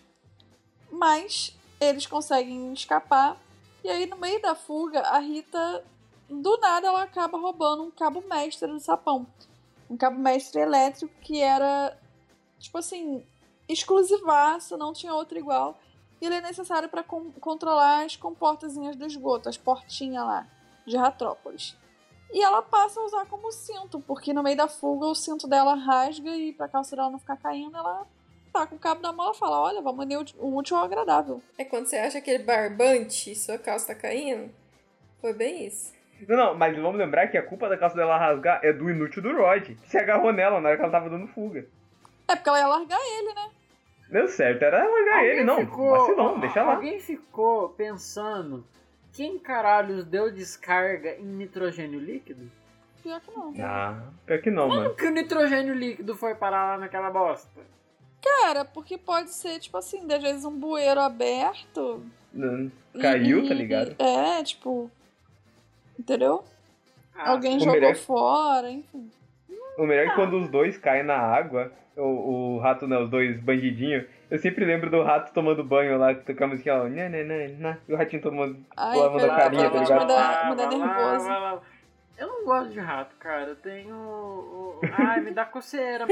Mas eles conseguem escapar. E aí, no meio da fuga, a Rita, do nada, ela acaba roubando um cabo mestre do Sapão. Um cabo mestre elétrico que era, tipo assim, exclusivaço, não tinha outro igual. E ele é necessário para con- controlar as comportazinhas do esgoto, as portinhas lá, de Ratrópolis. E ela passa a usar como cinto, porque no meio da fuga o cinto dela rasga e pra calça dela não ficar caindo, ela tá com o cabo na mão e fala, olha, vamos unir o útil ao agradável. É quando você acha aquele barbante e sua calça tá caindo? Foi bem isso. Não, não, mas vamos lembrar que a culpa da calça dela rasgar é do inútil do Rod, que se agarrou nela na hora que ela tava dando fuga. É porque ela ia largar ele, né? Deu certo, era largar Alguém ele, não. ficou- Vacilão, deixa lá. Alguém ficou pensando, quem caralhos deu descarga em nitrogênio líquido? Pior que não. Ah, pior que não, mano. Como que o nitrogênio líquido foi parar lá naquela bosta? Cara, porque pode ser, tipo assim, às vezes um bueiro aberto. Não, Caiu, e- tá ligado? É, tipo. Entendeu? Ah, Alguém o jogou melhor- fora, enfim. O melhor é que quando os dois caem na água, o, o rato, né, os dois bandidinhos, eu sempre lembro do rato tomando banho lá, que toca a musiquinha, ó, né, né, né, né, e o ratinho tomando, Ai, lavando a cara, carinha, tá me ligado? dá- me dá nervoso. Eu não gosto de rato, cara. Eu tenho. o- Ai, me dá coceira.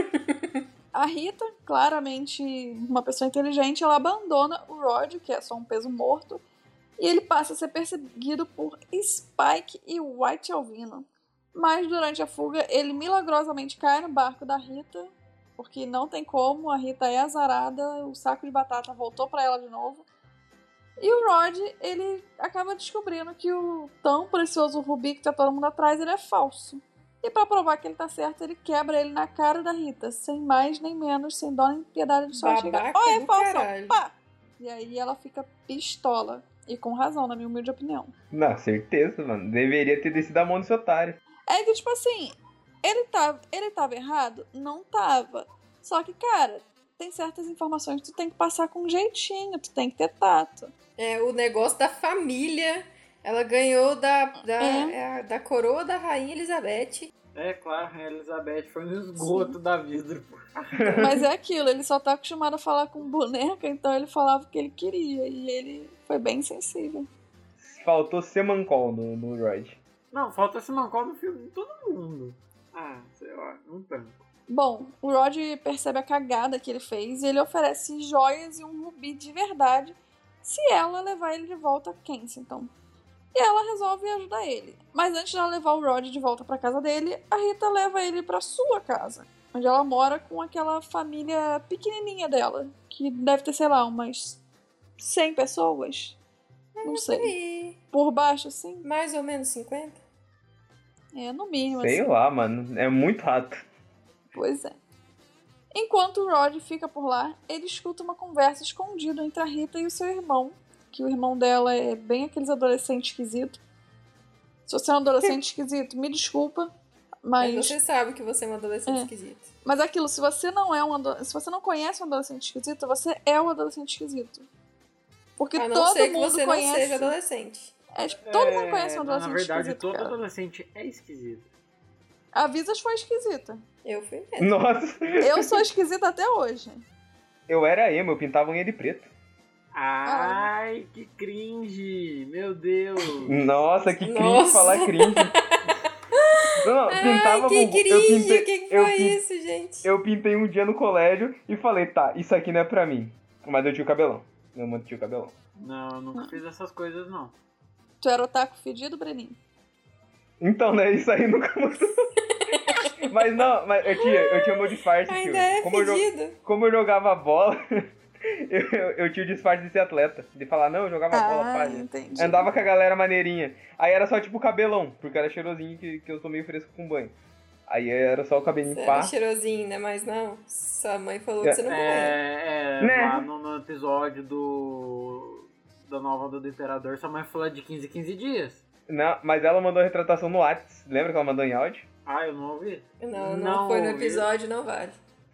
A Rita, claramente uma pessoa inteligente, ela abandona o Rod, que é só um peso morto, e ele passa a ser perseguido por Spike e White Albino. Mas durante a fuga, ele milagrosamente cai no barco da Rita, porque não tem como, a Rita é azarada, o saco de batata voltou pra ela de novo. E o Rod, ele acaba descobrindo que o tão precioso rubi que tá todo mundo atrás, ele é falso. E pra provar que ele tá certo, ele quebra ele na cara da Rita, sem mais nem menos, sem dó nem piedade de só chegar. Babaca Oh, é do falso! caralho. Pá! E aí ela fica pistola. E com razão, na minha humilde opinião. Não, certeza, mano. Deveria ter descido a mão desse otário. É que, tipo assim, ele tava, ele tava errado? Não tava. Só que, cara, tem certas informações que tu tem que passar com um jeitinho, tu tem que ter tato. É o negócio da família. Ela ganhou da, da, É. é, da coroa da Rainha Elizabeth. É claro, a Elizabeth foi no esgoto Sim. da vida. Mas é aquilo, ele só tá acostumado a falar com boneca, então ele falava o que ele queria. E ele foi bem sensível. Faltou Semancol no, no Rod. Não, faltou Semancol no filme de todo mundo. Ah, sei lá, não tanto. Bom, o Rod percebe a cagada que ele fez e ele oferece joias e um rubi de verdade se ela levar ele de volta a Kensington. E ela resolve ajudar ele. Mas antes de ela levar o Rod de volta pra casa dele, a Rita leva ele pra sua casa, onde ela mora com aquela família pequenininha dela, que deve ter, sei lá, umas cem pessoas. Não sei. Aí. Por baixo, assim? Mais ou menos cinquenta? É, no mínimo. Sei assim. lá, mano. É muito rato. Pois é. Enquanto o Rod fica por lá, ele escuta uma conversa escondida entre a Rita e o seu irmão, que o irmão dela é bem aqueles adolescentes esquisitos. Se você é um adolescente esquisito, me desculpa, mas... Mas você sabe que você é um adolescente é. esquisito. Mas é aquilo, se você não é um ado... se você não conhece um adolescente esquisito, você é um adolescente esquisito. Porque a não todo ser que mundo você conhece... não seja adolescente. É, tipo, todo é, mundo conhece um adolescente Na verdade, esquisito, todo cara. adolescente é esquisito. A Visas foi esquisita. Eu fui mesmo. Nossa. Eu sou esquisita até hoje. Eu era emo, eu pintava unha de preto. Ai, que cringe! Meu Deus! Nossa, que cringe Nossa. falar cringe. Não, não, pintava... Ai, que bubu- cringe! eu pintei, O que, que eu foi pin- isso, gente? Eu pintei um dia no colégio e falei, tá, isso aqui não é pra mim. Mas eu tinha o cabelão. Eu mantinha o cabelão. Não, eu nunca fiz essas coisas, não. Tu era otaku fedido, Breninho? Então, né, isso aí nunca mudou. Mas não, mas eu tinha, eu tinha o meu disfarce, tio. Ainda é como, eu, jo- fedido. como eu jogava bola, eu, eu, eu tinha o disfarce de ser atleta. De falar, não, eu jogava bola, Ah, pá. entendi. Andava com a galera maneirinha. Aí era só tipo cabelão, porque era cheirosinho que, que eu sou meio fresco com banho. Aí era só o cabelinho Você pá. era cheirosinho, né? Mas não. Sua mãe falou que É. você não morreu. É, é Né? lá no, no episódio do da nova do Imperador, sua mãe falou de quinze em quinze dias. Não, mas ela mandou a retratação no Whats. Lembra que ela mandou em áudio? Ah, eu não ouvi. Não, não, Não foi no ouvi. episódio, não vale.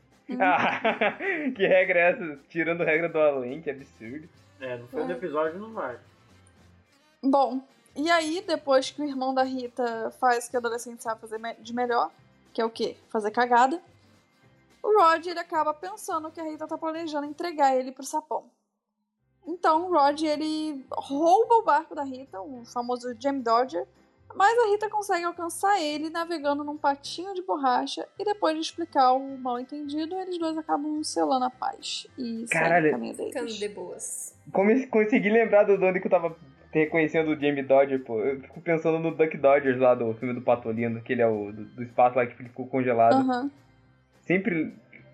Ah, que regra é essa? Tirando regra do além, que absurdo. É, não foi no episódio, não vai. Bom, e aí, depois que o irmão da Rita faz o que o adolescente sabe fazer me- de melhor, que é o quê? Fazer cagada, o Rod ele acaba pensando que a Rita tá planejando entregar ele pro sapão. Então o Rod ele rouba o barco da Rita, o famoso Jam Dodger, mas a Rita consegue alcançar ele navegando num patinho de borracha e depois de explicar o mal entendido, eles dois acabam selando a paz e saem Caralho. no caminho Ficando deles. de boas. Como consegui lembrar do onde que eu tava reconhecendo o Jamie Dodger, pô. Eu fico pensando no Duck Dodgers lá do filme do Patolino, que ele é o do, do espaço lá que ficou congelado. Aham. Sempre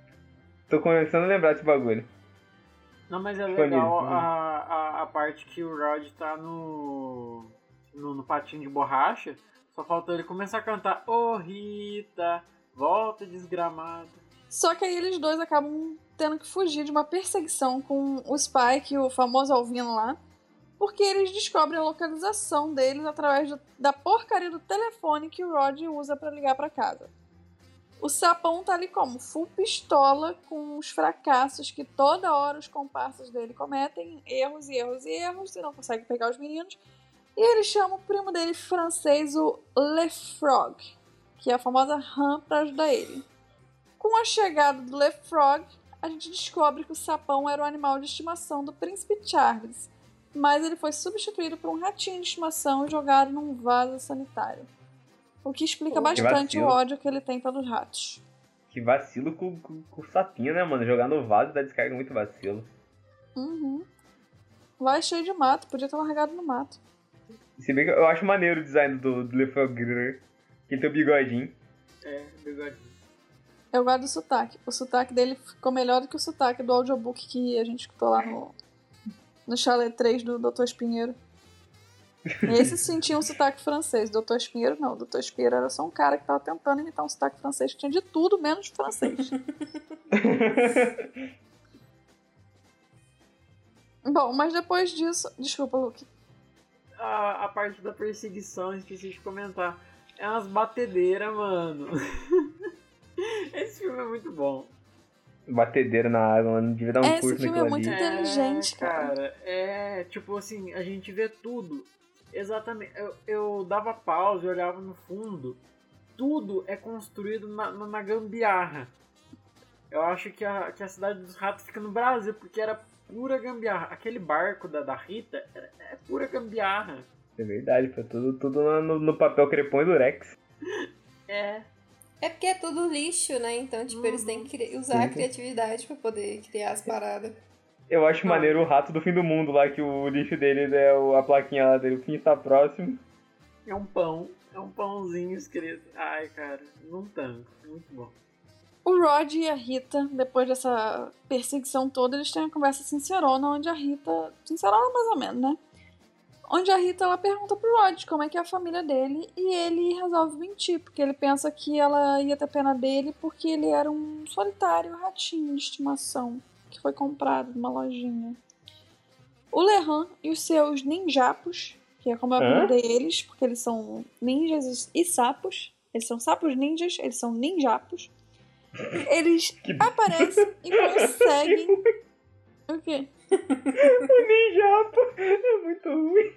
tô começando a lembrar desse bagulho. Não, mas é Disponível. legal a, a, a parte que o Rod tá no, no, no patinho de borracha. Só faltou ele começar a cantar Ô Rita, volta desgramada. Só que aí eles dois acabam tendo que fugir de uma perseguição com o Spike, o famoso Alvino lá, porque eles descobrem a localização deles através do- da porcaria do telefone que o Rod usa pra ligar pra casa. O sapão tá ali como? Full pistola, com os fracassos que toda hora os comparsas dele cometem, erros e erros e erros, e não consegue pegar os meninos. E ele chama o primo dele francês, o Le Frog, que é a famosa Ram, pra ajudar ele. Com a chegada do Le Frog, a gente descobre que o sapão era o animal de estimação do príncipe Charles, mas ele foi substituído por um ratinho de estimação e jogado num vaso sanitário. O que explica Pô, que bastante o vacilo. ódio que ele tem pelos ratos. Que vacilo com, com, com o sapinho, né, mano? Jogar no vaso da descarga é muito vacilo. Uhum. Lá é cheio de mato, podia ter largado no mato. Se bem que eu acho maneiro o design do, do Le Fogre, que ele tem o bigodinho. É, bigodinho. Eu gosto do sotaque. O sotaque dele ficou melhor do que o sotaque do audiobook que a gente escutou lá no, no Chalet três do doutor Espinheiro. Esse sim tinha um sotaque francês. doutor Espinheiro não. O doutor Espinheiro era só um cara que tava tentando imitar um sotaque francês que tinha de tudo menos francês. Bom, mas depois disso... Desculpa, Luke. A, a parte da perseguição, esqueci de comentar. É umas batedeiras, mano. Esse filme é muito bom. Batedeira na água, mano. Devia dar um Esse curso filme naquilo é muito ali. inteligente, é, cara. É, tipo assim, a gente vê tudo. Exatamente. Eu, eu dava pausa e olhava no fundo. tudo é construído na, na, na gambiarra. Eu acho que a, que a Cidade dos Ratos fica no Brasil, porque era pura gambiarra. Aquele barco da, da Rita é, é pura gambiarra. É verdade, foi tudo, tudo no, no papel crepom e durex. É. É porque é tudo lixo, né? Então, tipo, Uhum. eles têm que cri- usar a criatividade pra poder criar as paradas. Eu acho Ah. maneiro o rato do fim do mundo lá, que o lixo dele é o- a plaquinha lá dele, o fim está próximo. É um pão. É um pãozinho escrito. Ai, cara, não tanto. Muito bom. O Rod e a Rita, depois dessa perseguição toda, eles têm uma conversa sincerona, onde a Rita... Sincerona mais ou menos, né? Onde a Rita, ela pergunta pro Rod como é que é a família dele, e ele resolve mentir, porque ele pensa que ela ia ter pena dele porque ele era um solitário ratinho de estimação, que foi comprado numa lojinha. O Lehan e os seus ninjapos, que é como eu Hã? apelidei eles, porque eles são ninjas e sapos, eles são sapos ninjas, eles são ninjapos, eles Que aparecem e conseguem... O quê? ninjapo! É muito ruim.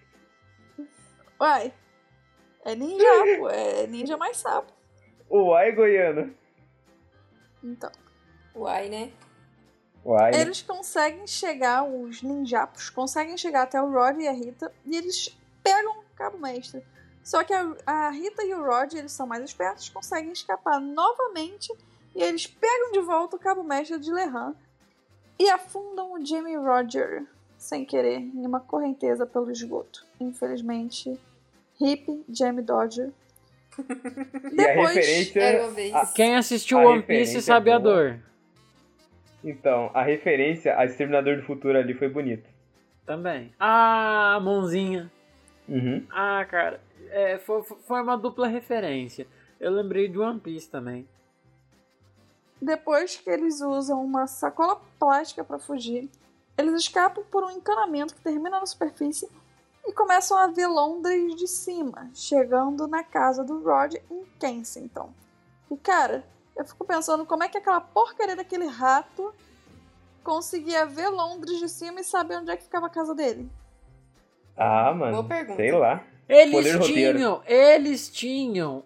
Uai, é ninjapo, é ninja mais sapo. Uai, Goiana. Então, Uai, né? Uai. né? eles conseguem chegar, os ninjapos conseguem chegar até o Rod e a Rita, e eles pegam o cabo mestre. Só que a, a Rita e o Rod, eles são mais espertos, conseguem escapar novamente, e eles pegam de volta o cabo mestre de Lehan e afundam o Jimmy Roger, sem querer, em uma correnteza pelo esgoto. Infelizmente, hip Jamie Dodger. E a referência... Era uma vez. a- Quem assistiu A One Piece referência sabe é a boa. dor. Então, a referência a Exterminador do Futuro ali foi bonita. Também. Ah, a mãozinha. Uhum. Ah, cara. É, foi, foi uma dupla referência. Eu lembrei de One Piece também. Depois que eles usam uma sacola plástica para fugir, eles escapam por um encanamento que termina na superfície e começam a ver Londres de cima, chegando na casa do Rod em Kensington. E cara, eu fico pensando como é que aquela porcaria daquele rato conseguia ver Londres de cima e saber onde é que ficava a casa dele. Ah, mano. Boa pergunta. Sei lá. Eles Poder roteiro. tinham, eles tinham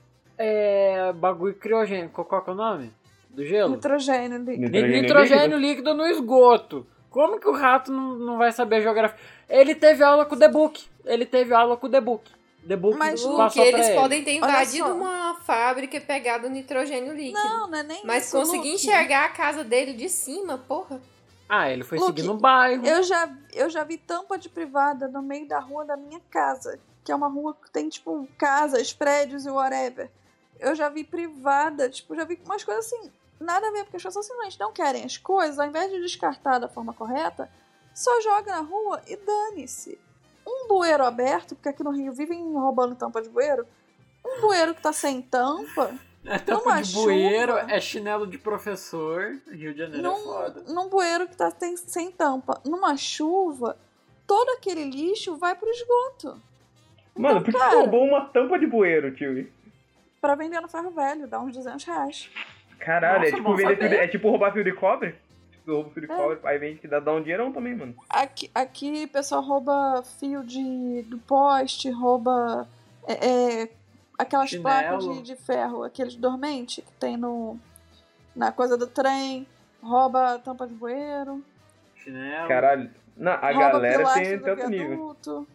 é, bagulho criogênico. Qual que é o nome? Do gelo? Nitrogênio ali. Ni- Nitrogênio Nitrogênio líquido no esgoto. Como que o rato não, não vai saber a geografia? Ele teve aula com o The Book. Ele teve aula com o The Book. The Book Mas, Luke, passou pra eles ele. podem ter Olha invadido só. uma fábrica e pegado nitrogênio líquido. Não, não é nem Mas isso, conseguir Luke. enxergar a casa dele de cima, porra. Ah, ele foi Luke, seguindo o bairro. Eu já, eu já vi tampa de privada no meio da rua da minha casa. Que é uma rua que tem, tipo, casas, prédios e whatever. Eu já vi privada, tipo, já vi umas coisas assim, nada a ver, porque as pessoas simplesmente não querem as coisas, ao invés de descartar da forma correta, só joga na rua e dane-se. Um bueiro aberto, porque aqui no Rio vivem roubando tampa de bueiro, um bueiro que tá sem tampa, É tampa numa de bueiro, chuva. é chinelo de professor. Rio de Janeiro é foda. num, num bueiro que tá tem- sem tampa, numa chuva, todo aquele lixo vai pro esgoto. Mano, Então, por que cara, você roubou uma tampa de bueiro, tio? pra vender no ferro velho, dá uns duzentos reais. Caralho, Nossa, é, tipo bom vender saber. fio de- é tipo roubar fio de cobre? Tipo, rouba fio de É. cobre, aí vende que dá, dá um dinheirão também, mano. Aqui, aqui o pessoal rouba fio de, do poste, rouba é, é, aquelas Chinelo. placas de, de ferro, aqueles dormentes que tem no, na coisa do trem, rouba tampa de bueiro, Chinelo. Caralho. Não, a rouba galera pilastra tem do tanto nível. viaduto.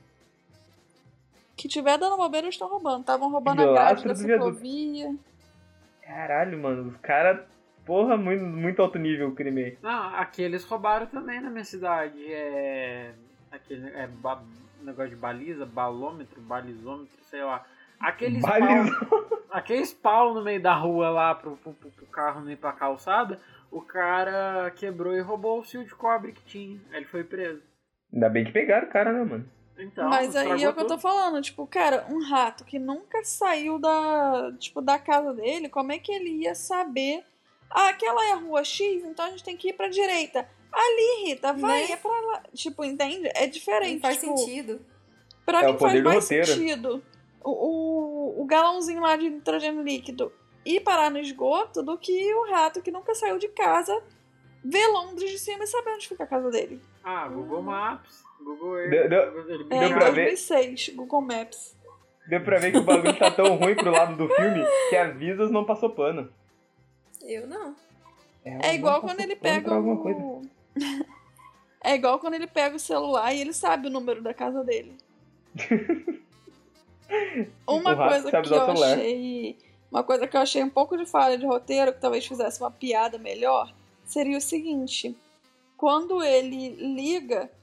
Que tiver dando bobeira, eles estão roubando. Estavam roubando a grade Pilastra da do viaduto. ciclovia. Caralho, mano, os caras. Porra, muito, muito alto nível o crime aí. Não, aqui eles roubaram também na minha cidade. É. Aquele é, ba- negócio de baliza, balômetro, balizômetro, sei lá. Aqueles pau, Balizou. aqueles pau no meio da rua lá pro, pro, pro- pro carro não ir pra calçada, o cara quebrou e roubou o fio de cobre que tinha. Aí ele foi preso. Ainda bem que pegaram o cara, né, mano? Então, Mas aí estragou é o que eu tô tudo. falando, tipo, cara, um rato que nunca saiu da, tipo, da casa dele, como é que ele ia saber? Ah, aquela é a rua X, então a gente tem que ir pra direita. Ali, Rita, vai, Né? é pra lá. Tipo, entende? É diferente. Não faz tipo, sentido. Pra É mim o faz poder do mais roteiro. sentido o, o, o galãozinho lá de nitrogênio líquido ir parar no esgoto do que o rato que nunca saiu de casa ver Londres de cima e saber onde fica a casa dele. Ah, Google Maps, Google Earth. Deu- deu- Google- ele É, Deu em pra dois ver? mil e seis, Google Maps. Deu pra ver que o bagulho tá tão ruim pro lado do filme que a Visas não passou pano. Eu não. Ela É igual não quando passou ele pano pega pra alguma o... coisa. É igual quando ele pega o celular e ele sabe o número da casa dele. Uma O rato coisa sabe que usar eu o celular. achei... Uma coisa que eu achei um pouco de falha de roteiro, que talvez fizesse uma piada melhor, seria o seguinte. Quando ele liga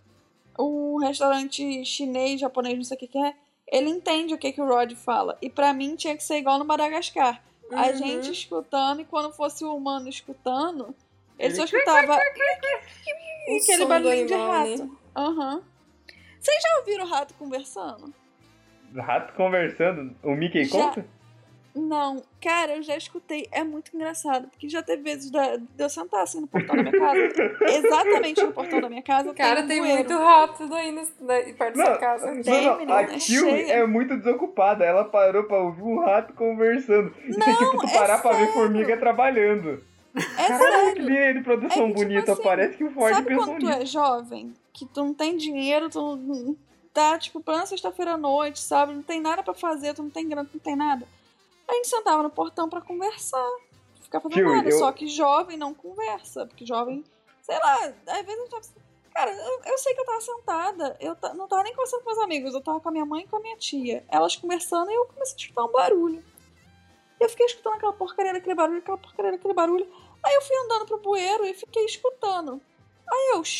o restaurante chinês, japonês, não sei o que que é, ele entende o que, que o Rod fala. E pra mim tinha que ser igual no Madagascar. A Uhum. gente escutando, e quando fosse o humano escutando, ele, Ele- só escutava O aquele som do barulhinho de animal, né? rato. Aham. Vocês já ouviram o rato conversando? Rato conversando, o Mickey Já. conta? Não, cara, eu já escutei. É muito engraçado, porque já teve vezes da- de eu sentar assim no portão da minha casa. Exatamente no portão da minha casa. Cara, um tem bueiro. muito rato aí no, na, perto da Não, sua casa. não, Tem, não, menina, a é Kill cheia. é muito desocupada. Ela parou pra ouvir um rato conversando. Isso é tipo tu é parar pra ver sério. formiga trabalhando. É Caralho, que sério. linha de produção É que, tipo bonita. assim, Parece que o Ford Sabe pensou quando tu nisso. é jovem? Que tu não tem dinheiro, tu não tá, tipo, plena sexta-feira à noite, sabe? Não tem nada pra fazer, tu não tem grana, tu não tem nada. A gente sentava no portão pra conversar. Ficar fazendo Tio, nada. eu- Só que jovem não conversa. Porque jovem, sei lá, às vezes a gente tava... Cara, eu, eu sei que eu tava sentada. Eu ta- não tava nem conversando com meus amigos. Eu tava com a minha mãe e com a minha tia. Elas conversando e eu comecei a escutar um barulho. E eu fiquei escutando aquela porcaria daquele barulho, aquela porcaria daquele barulho. Aí eu fui andando pro bueiro e fiquei escutando. Aí eu...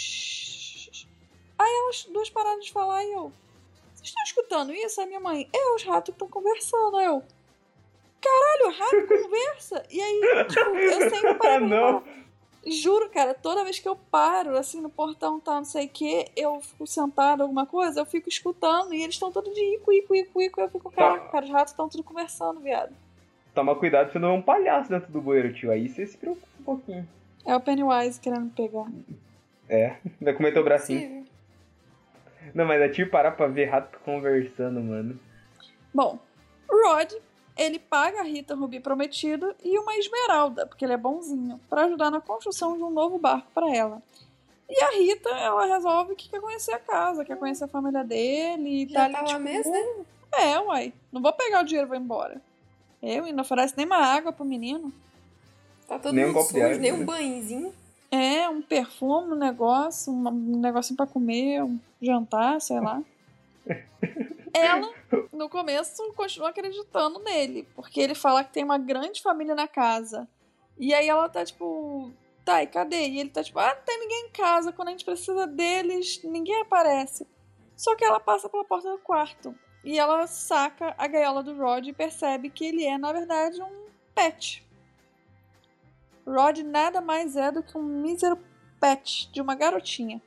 shhh. Aí elas duas pararam de falar e eu... Vocês estão escutando isso? Aí minha mãe... É, os ratos estão conversando. Aí eu... Caralho, o rato conversa? E aí, tipo, eu sempre Ah, paro pra não. parar. Juro, cara, toda vez que eu paro, assim, no portão, tá, não sei o que, eu fico sentada, alguma coisa, eu fico escutando e eles estão todos de ico, ico, ico, ico. Eu fico, caraca, cara, os ratos estão tudo conversando, viado. Toma cuidado pra você não ver um palhaço dentro do bueiro, tio. Aí você se preocupa um pouquinho. É o Pennywise querendo me pegar. É, vai comer teu bracinho. Possível. Não, mas é tio parar pra ver rato conversando, mano. Bom, Rod, ele paga a Rita Ruby Prometido e uma esmeralda, porque ele é bonzinho, pra ajudar na construção de um novo barco pra ela. E a Rita, ela resolve que quer conhecer a casa, quer conhecer a família dele. E Já tá ali, tá lá tipo, mesmo, né? É, uai. Não vou pegar o dinheiro e vou embora. Eu e não oferece nem uma água pro menino. Tá todo Nem um mundo copo de sujo, água, nem né? um banhozinho. É, um perfume, um negócio, um um negocinho pra comer, um jantar, sei lá. Ela, no começo, continua acreditando nele, porque ele fala que tem uma grande família na casa. E aí ela tá tipo, tá, e cadê? E ele tá tipo, ah, não tem ninguém em casa, quando a gente precisa deles, ninguém aparece. Só que ela passa pela porta do quarto e ela saca a gaiola do Rod e percebe que ele é, na verdade, um pet. Rod nada mais é do que um mísero pet de uma garotinha.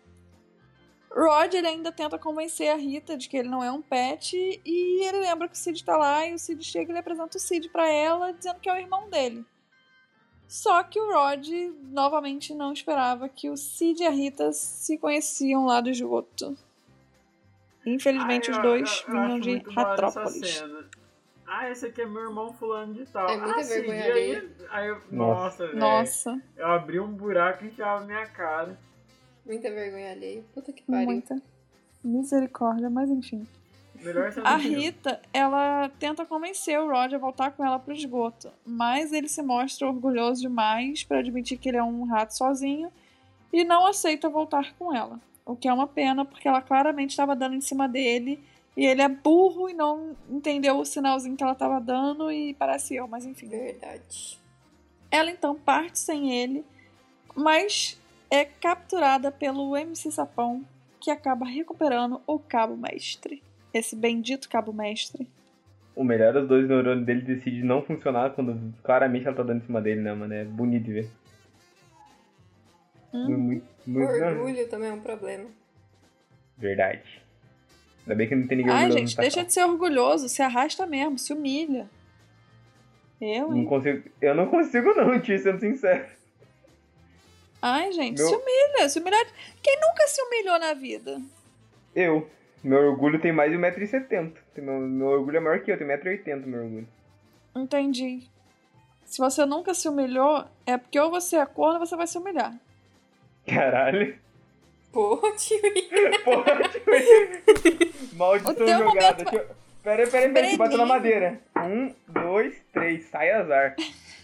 Rod ele ainda tenta convencer a Rita de que ele não é um pet e ele lembra que o Cid tá lá e o Cid chega e ele apresenta o Cid pra ela dizendo que é o irmão dele. Só que o Rod novamente não esperava que o Cid e a Rita se conheciam lá do esgoto. Infelizmente Ai, os eu- dois eu- eu vinham acho de muito da hora essa Ratrópolis. cena. Ah, esse aqui é meu irmão fulano de tal. É muita ah, sim, vergonha e aí, alheia. aí eu, Nossa. nossa, velho. Nossa, Eu abri um buraco e enfiava na minha cara. Muita vergonha alheia. Puta que pariu. muita misericórdia, mas enfim. Melhor cena A do filme. Rita, ela tenta convencer o Rod a voltar com ela pro esgoto, mas ele se mostra orgulhoso demais pra admitir que ele é um rato sozinho e não aceita voltar com ela. O que é uma pena, porque ela claramente estava dando em cima dele e ele é burro e não entendeu o sinalzinho que ela estava dando e parece eu, mas enfim. Verdade. Ela então parte sem ele, mas é capturada pelo M C Sapão, que acaba recuperando o Cabo Mestre. Esse bendito Cabo Mestre. O melhor dos dois neurônios dele decide não funcionar quando claramente ela tá dando em cima dele, né, mano? É bonito de ver. Hum. Muito, muito. Orgulho também é um problema. Verdade. Ainda bem que não tem ninguém Ai, orgulhoso gente, nessa deixa sala. de ser orgulhoso, se arrasta mesmo, se humilha. Eu, Não hein? consigo, eu não consigo não, tio, sendo sincero. Ai, gente, Meu- se humilha, se humilhar. Quem nunca se humilhou na vida? Eu. Meu orgulho tem mais de um metro e setenta. Meu, meu orgulho é maior que eu, tem um metro e oitenta meu orgulho. Entendi. Se você nunca se humilhou, é porque ou você é corno ou você vai se humilhar. Caralho. Pô, tio. Porra, tio. O Maldição teu jogada. momento- Tio. Pera aí, pera aí, pera aí, bateu na Breninho. madeira. Um, dois, três, sai azar.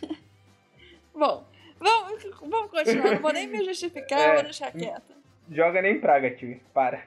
Bom, vamos, vamos continuar. Não vou nem me justificar, É. vou deixar quieta. Joga nem praga, tio. Para.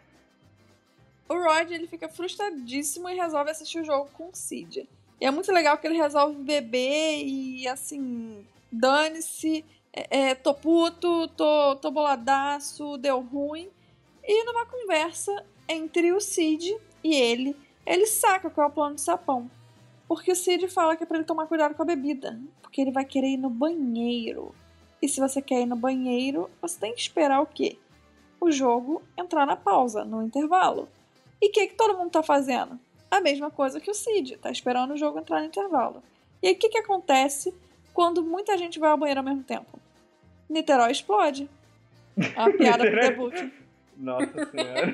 O Rod, ele fica frustradíssimo e resolve assistir o jogo com o Cid. E é muito legal que ele resolve beber e, assim, dane-se, é, é, tô puto, tô, tô boladaço, deu ruim. E numa conversa entre o Cid e ele, ele saca qual é o plano do Sapão. Porque o Cid fala que é pra ele tomar cuidado com a bebida, porque ele vai querer ir no banheiro. E se você quer ir no banheiro, você tem que esperar o quê? O jogo entrar na pausa, no intervalo. E o que, que todo mundo tá fazendo? A mesma coisa que o Cid, tá esperando o jogo entrar no intervalo. E aí o que, que acontece quando muita gente vai ao banheiro ao mesmo tempo? Niterói explode. É uma piada pro The Book. Nossa senhora.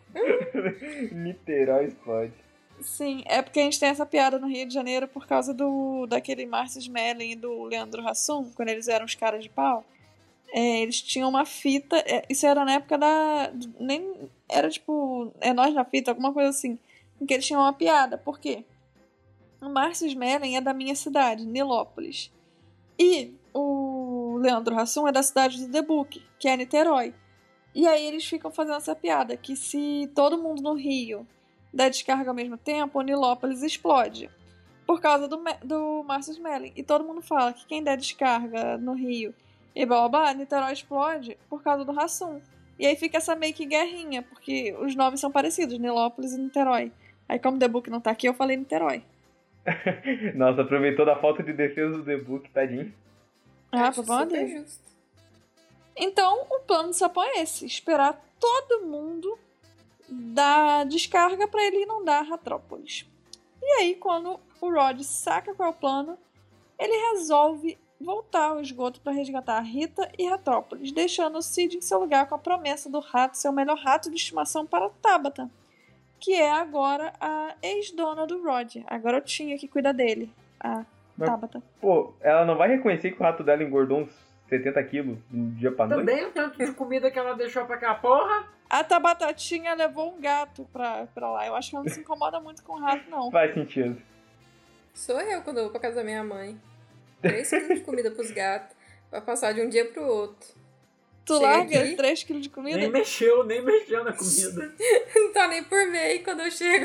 Niterói explode. Sim, é porque a gente tem essa piada no Rio de Janeiro por causa do daquele Márcio Smelling e do Leandro Hassum, quando eles eram os caras de pau. É, eles tinham uma fita, é, isso era na época da... nem era tipo, é nós na fita, alguma coisa assim, em que eles tinham uma piada. Por quê? O Márcio Smelling é da minha cidade, Nilópolis. E o Leandro Hassum é da cidade do The Book, que é Niterói. E aí eles ficam fazendo essa piada, que se todo mundo no Rio der descarga ao mesmo tempo, o Nilópolis explode. Por causa do, do Márcio Smelling. E todo mundo fala que quem der descarga no Rio e blá blá blá, Niterói explode por causa do Hassum. E aí fica essa meio que guerrinha, porque os nomes são parecidos, Nilópolis e Niterói. Aí como o The Book não tá aqui, eu falei Niterói. Nossa, aproveitou da falta de defesa do The Book, tadinho. Ah, Acho por super dele. justo. Então, o plano do Sapão é esse: esperar todo mundo dar descarga pra ele inundar Ratrópolis. E aí, quando o Rod saca qual é o plano, ele resolve voltar ao esgoto para resgatar a Rita e Ratrópolis, deixando o Cid em seu lugar com a promessa do rato ser o melhor rato de estimação para Tabata, que é agora a ex-dona do Rod, a garotinha que cuida dele, a Mas- Tabata. Pô, ela não vai reconhecer que o rato dela engordou uns setenta quilos de um dia pra noite? Também o tanto de comida que ela deixou pra cá, porra. A Tabatatinha levou um gato pra, pra lá. Eu acho que ela não se incomoda muito com o rato, não. Faz sentido. Sou eu quando eu vou pra casa da minha mãe. três quilos de comida pros gatos, pra passar de um dia pro outro. Tu Chega larga aqui. três quilos de comida? Nem mexeu, nem mexeu na comida. Não tá nem por ver aí quando eu chego.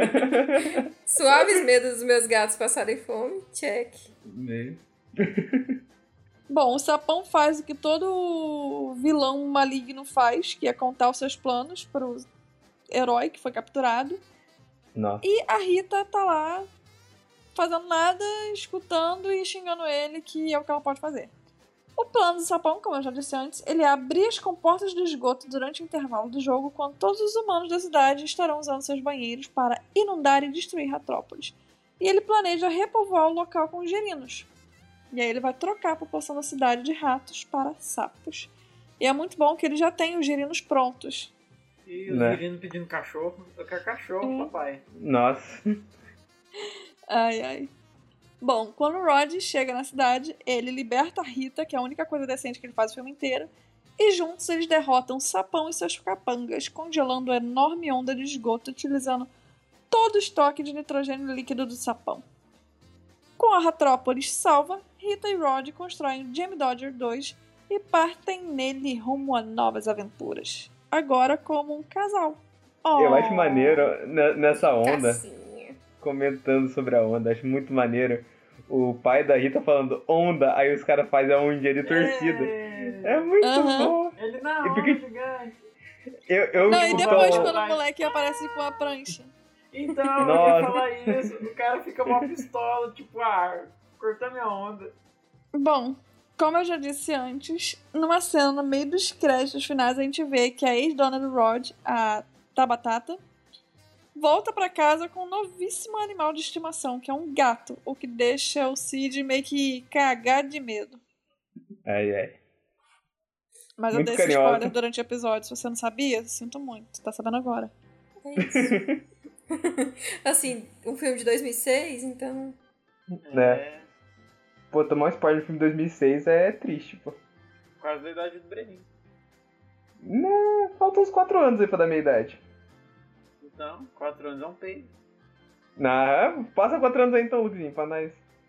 Suaves medos dos meus gatos passarem fome, check. Meio. Bom, o Sapão faz o que todo vilão maligno faz, que é contar os seus planos pro herói que foi capturado. Nossa. E a Rita tá lá fazendo nada, escutando e xingando ele, que é o que ela pode fazer. O plano do Sapão, como eu já disse antes, ele é abrir as comportas do esgoto durante o intervalo do jogo, quando todos os humanos da cidade estarão usando seus banheiros para inundar e destruir Ratrópolis. E ele planeja repovoar o local com gerinos. E aí ele vai trocar a população da cidade de ratos para sapos. E é muito bom que ele já tem os gerinos prontos. E os Né? meninos pedindo cachorro. Eu quero cachorro, Hum. papai. Nossa. Ai, ai. Bom, quando o Rod chega na cidade, ele liberta a Rita, que é a única coisa decente que ele faz o filme inteiro, e juntos eles derrotam o Sapão e seus capangas, congelando a enorme onda de esgoto, utilizando todo o estoque de nitrogênio líquido do Sapão. Com a Ratrópolis salva, Rita e Rod constroem o Jamie Dodger dois e partem nele rumo a novas aventuras. Agora como um casal. Oh. Eu acho maneiro ne- nessa onda, Cassinha. comentando sobre a onda, acho muito maneiro. O pai da Rita falando onda, aí os caras fazem a ondinha de torcida. É. É muito Aham. bom. Ele na E onda, porque- gigante. Eu, eu Não, e tipo, depois tô- quando o moleque aparece com a prancha. Então, eu Nossa. ia falar isso. O cara fica uma pistola, tipo, ah, cortou minha onda. Bom, como eu já disse antes, numa cena no meio dos créditos finais a gente vê que a ex-dona do Rod, a Tabatata, volta pra casa com um novíssimo animal de estimação, que é um gato, o que deixa o Cid meio que cagar de medo. Ai, ai. Mas eu Muito dei esse carinhosa. spoiler durante o episódio. Se você não sabia, sinto muito. Tá sabendo agora. É isso. Assim, um filme de dois mil e seis, então... Né? É, Pô, tomar um spoiler no filme de dois mil e seis é triste, pô. quase da idade do Breninho. Não, faltam uns quatro anos aí pra dar minha idade. Então, quatro anos é um peido. Ah, passa quatro anos aí então, Luquinho, pra nós.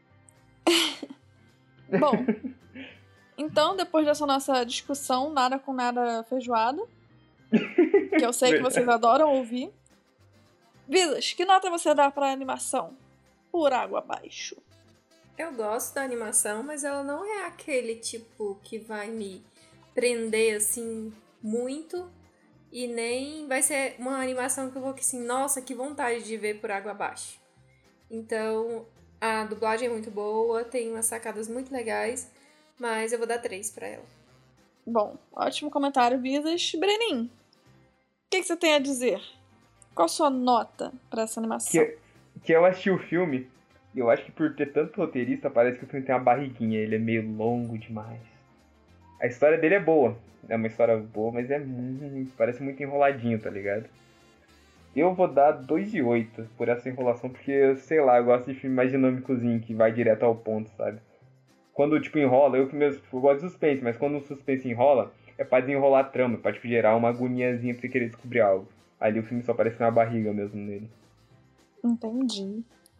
Bom, então, depois dessa nossa discussão, nada com nada feijoada, que eu sei que vocês adoram ouvir. Vilas, que nota você dá pra animação? Por água abaixo. Eu gosto da animação, mas ela não é aquele tipo que vai me prender assim muito e nem vai ser uma animação que eu vou assim, nossa, que vontade de ver por água abaixo. Então, a dublagem é muito boa, tem umas sacadas muito legais, mas eu vou dar três pra ela. Bom, ótimo comentário, Visas. Brenin, o que, que você tem a dizer? Qual a sua nota pra essa animação? Que, que eu assisti o filme, eu acho que por ter tanto roteirista, parece que o filme tem uma barriguinha, ele é meio longo demais. A história dele é boa, é uma história boa, mas é muito, parece muito enroladinho, tá ligado? Eu vou dar dois e oito por essa enrolação, porque, sei lá, eu gosto de filme mais dinâmicozinho, que vai direto ao ponto, sabe? Quando, tipo, enrola, eu que mesmo eu gosto de suspense, mas quando o suspense enrola, é pra desenrolar a trama, pra, tipo, gerar uma agoniazinha pra você querer descobrir algo. Ali o filme só parece uma barriga mesmo nele. Entendi.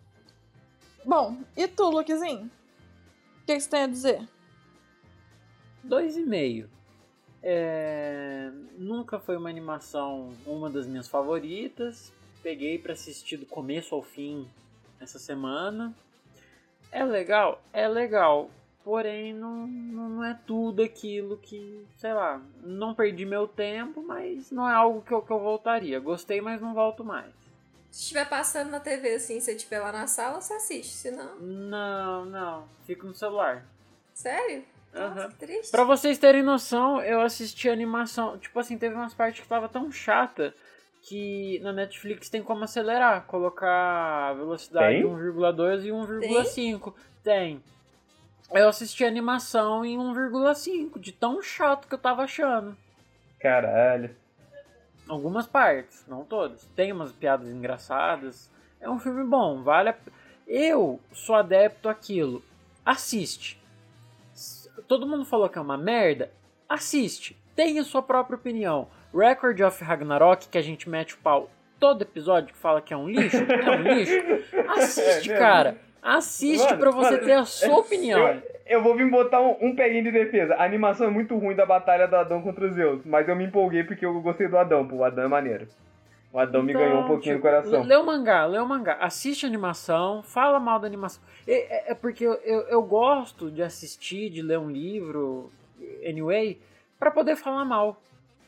Bom, e tu, Luquezinho? O que, que você tem a dizer? Dois e meio. É... Nunca foi uma animação uma das minhas favoritas. Peguei pra assistir do começo ao fim essa semana. É legal? É legal. Porém, não, não é tudo aquilo que, sei lá, não perdi meu tempo, mas não é algo que eu, que eu voltaria. Gostei, mas não volto mais. Se estiver passando na T V assim, se estiver lá na sala, você assiste, senão... Não, não. Fico no celular. Sério? Nossa, Uhum. que triste. Pra vocês terem noção, eu assisti a animação. Tipo assim, teve umas partes que tava tão chata que na Netflix tem como acelerar. Colocar a velocidade Tem? um vírgula dois e um vírgula cinco. Tem? tem. Eu assisti a animação em um vírgula cinco, de tão chato que eu tava achando. Caralho. Algumas partes, não todas. Tem umas piadas engraçadas. É um filme bom, vale a... Eu sou adepto àquilo. Assiste. Todo mundo falou que é uma merda. Assiste. Tenha sua própria opinião. Record of Ragnarok, que a gente mete o pau todo episódio, que fala que é um lixo, é um lixo. Assiste, cara. Assiste mano, pra você mano, ter a sua opinião. Eu, eu vou vir botar um, um peguinho de defesa. A animação é muito ruim da batalha do Adão contra os Zeus, mas eu me empolguei porque eu gostei do Adão, pô. O Adão é maneiro. O Adão então, me ganhou um pouquinho tipo, no coração. Lê o mangá, lê o mangá. Assiste a animação, fala mal da animação. É, é, é porque eu, eu, eu gosto de assistir, de ler um livro, anyway, pra poder falar mal.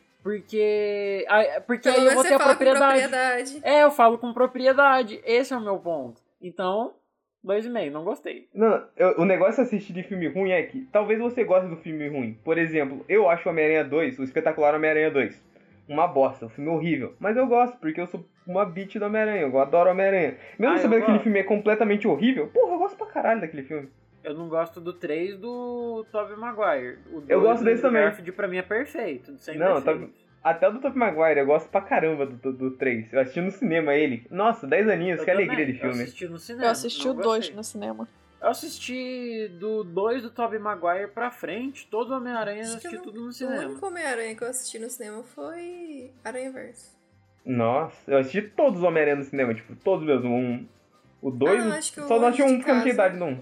Porque, porque aí eu vou ter a propriedade. propriedade. É, eu falo com propriedade. Esse é o meu ponto. Então... Dois e meio, não gostei. Não, eu, o negócio de assistir de filme ruim é que talvez você goste do filme ruim. Por exemplo, eu acho o Homem-Aranha dois, o espetacular Homem-Aranha dois, uma bosta, um filme horrível. Mas eu gosto, porque eu sou uma bitch do Homem-Aranha, eu adoro o Homem-Aranha. Mesmo ah, sabendo que aquele filme é completamente horrível, porra, eu gosto pra caralho daquele filme. Eu não gosto do três do Tobey Maguire. O eu gosto desse também. O Garfield pra mim é perfeito, sem não, defeitos. Tá... Até o do Tobey Maguire, eu gosto pra caramba do, do, do três. Eu assisti no cinema ele. Nossa, dez aninhos, eu que também. Alegria de filme. Eu assisti no cinema. Eu assisti o dois no cinema. Eu assisti do dois do Tobey Maguire pra frente, todo o Homem-Aranha, eu assisti eu, tudo no cinema. O único Homem-Aranha que eu assisti no cinema foi Aranha-Verso. Nossa, eu assisti todos os Homem-Aranha no cinema, tipo, todos mesmo. Um, o dois, ah, acho que só não assisti um porque eu não tinha idade, não.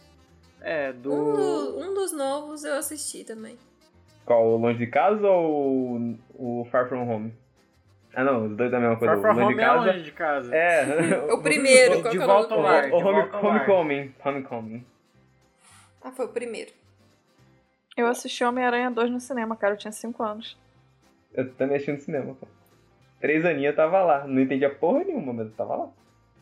É, do... Um, do... um dos novos eu assisti também. Qual? O Longe de Casa ou o Far From Home? Ah, não, os dois da mesma coisa. Far From Longe Home de Casa. é Longe de Casa. É. o primeiro. De, de qual volta ao lar. O home, Homecoming. Homecoming. Ah, foi o primeiro. Eu assisti Homem-Aranha dois no cinema, cara. Eu tinha cinco anos. Eu também assisti no cinema, cara. Três aninhos eu tava lá. Não entendia porra nenhuma, mas eu tava lá.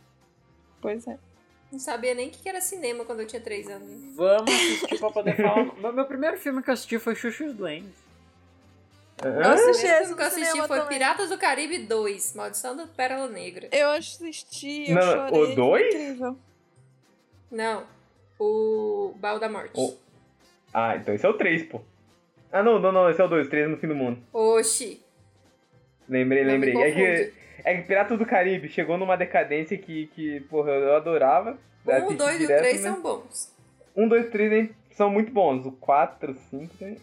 Pois é. Não sabia nem o que era cinema quando eu tinha três anos. Vamos assistir pra poder falar. Meu primeiro filme que eu assisti foi Chuchu's Duendes. Eu assisti esse esse que eu assisti foi também. Piratas do Caribe dois, Maldição da Pérola Negra. Eu assisti, eu não, chorei. O dois? Incrível. Não, o Baú da Morte. O... Ah, então esse é o três, pô. Ah, não, não, não, esse é o dois, três no fim do mundo. Oxi. Lembrei, não lembrei. É que, é que Piratas do Caribe chegou numa decadência que, que porra, eu adorava. Um, o dois e o três são bons. Um, dois, três hein, são muito bons. O quatro, cinco... Hein?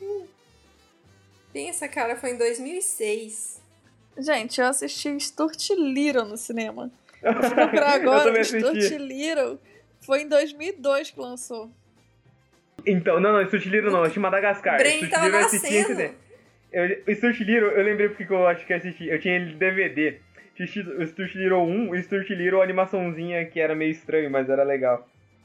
Pensa, cara, foi em dois mil e seis. Gente, eu assisti Stuart Little no cinema. Eu fui procurar Eu agora, também Stuart assisti. Little foi em dois mil e dois que lançou. Então, não, não, Stuart Little não, eu assisti Madagascar. Bren Stuart tava Little eu assisti esse nascendo. Eu, o Stuart Little, eu lembrei porque que eu acho que eu assisti. Eu tinha ele de D V D. Tinha assistido o Stuart Little um e o Stuart Little, a animaçãozinha que era meio estranho, mas era legal.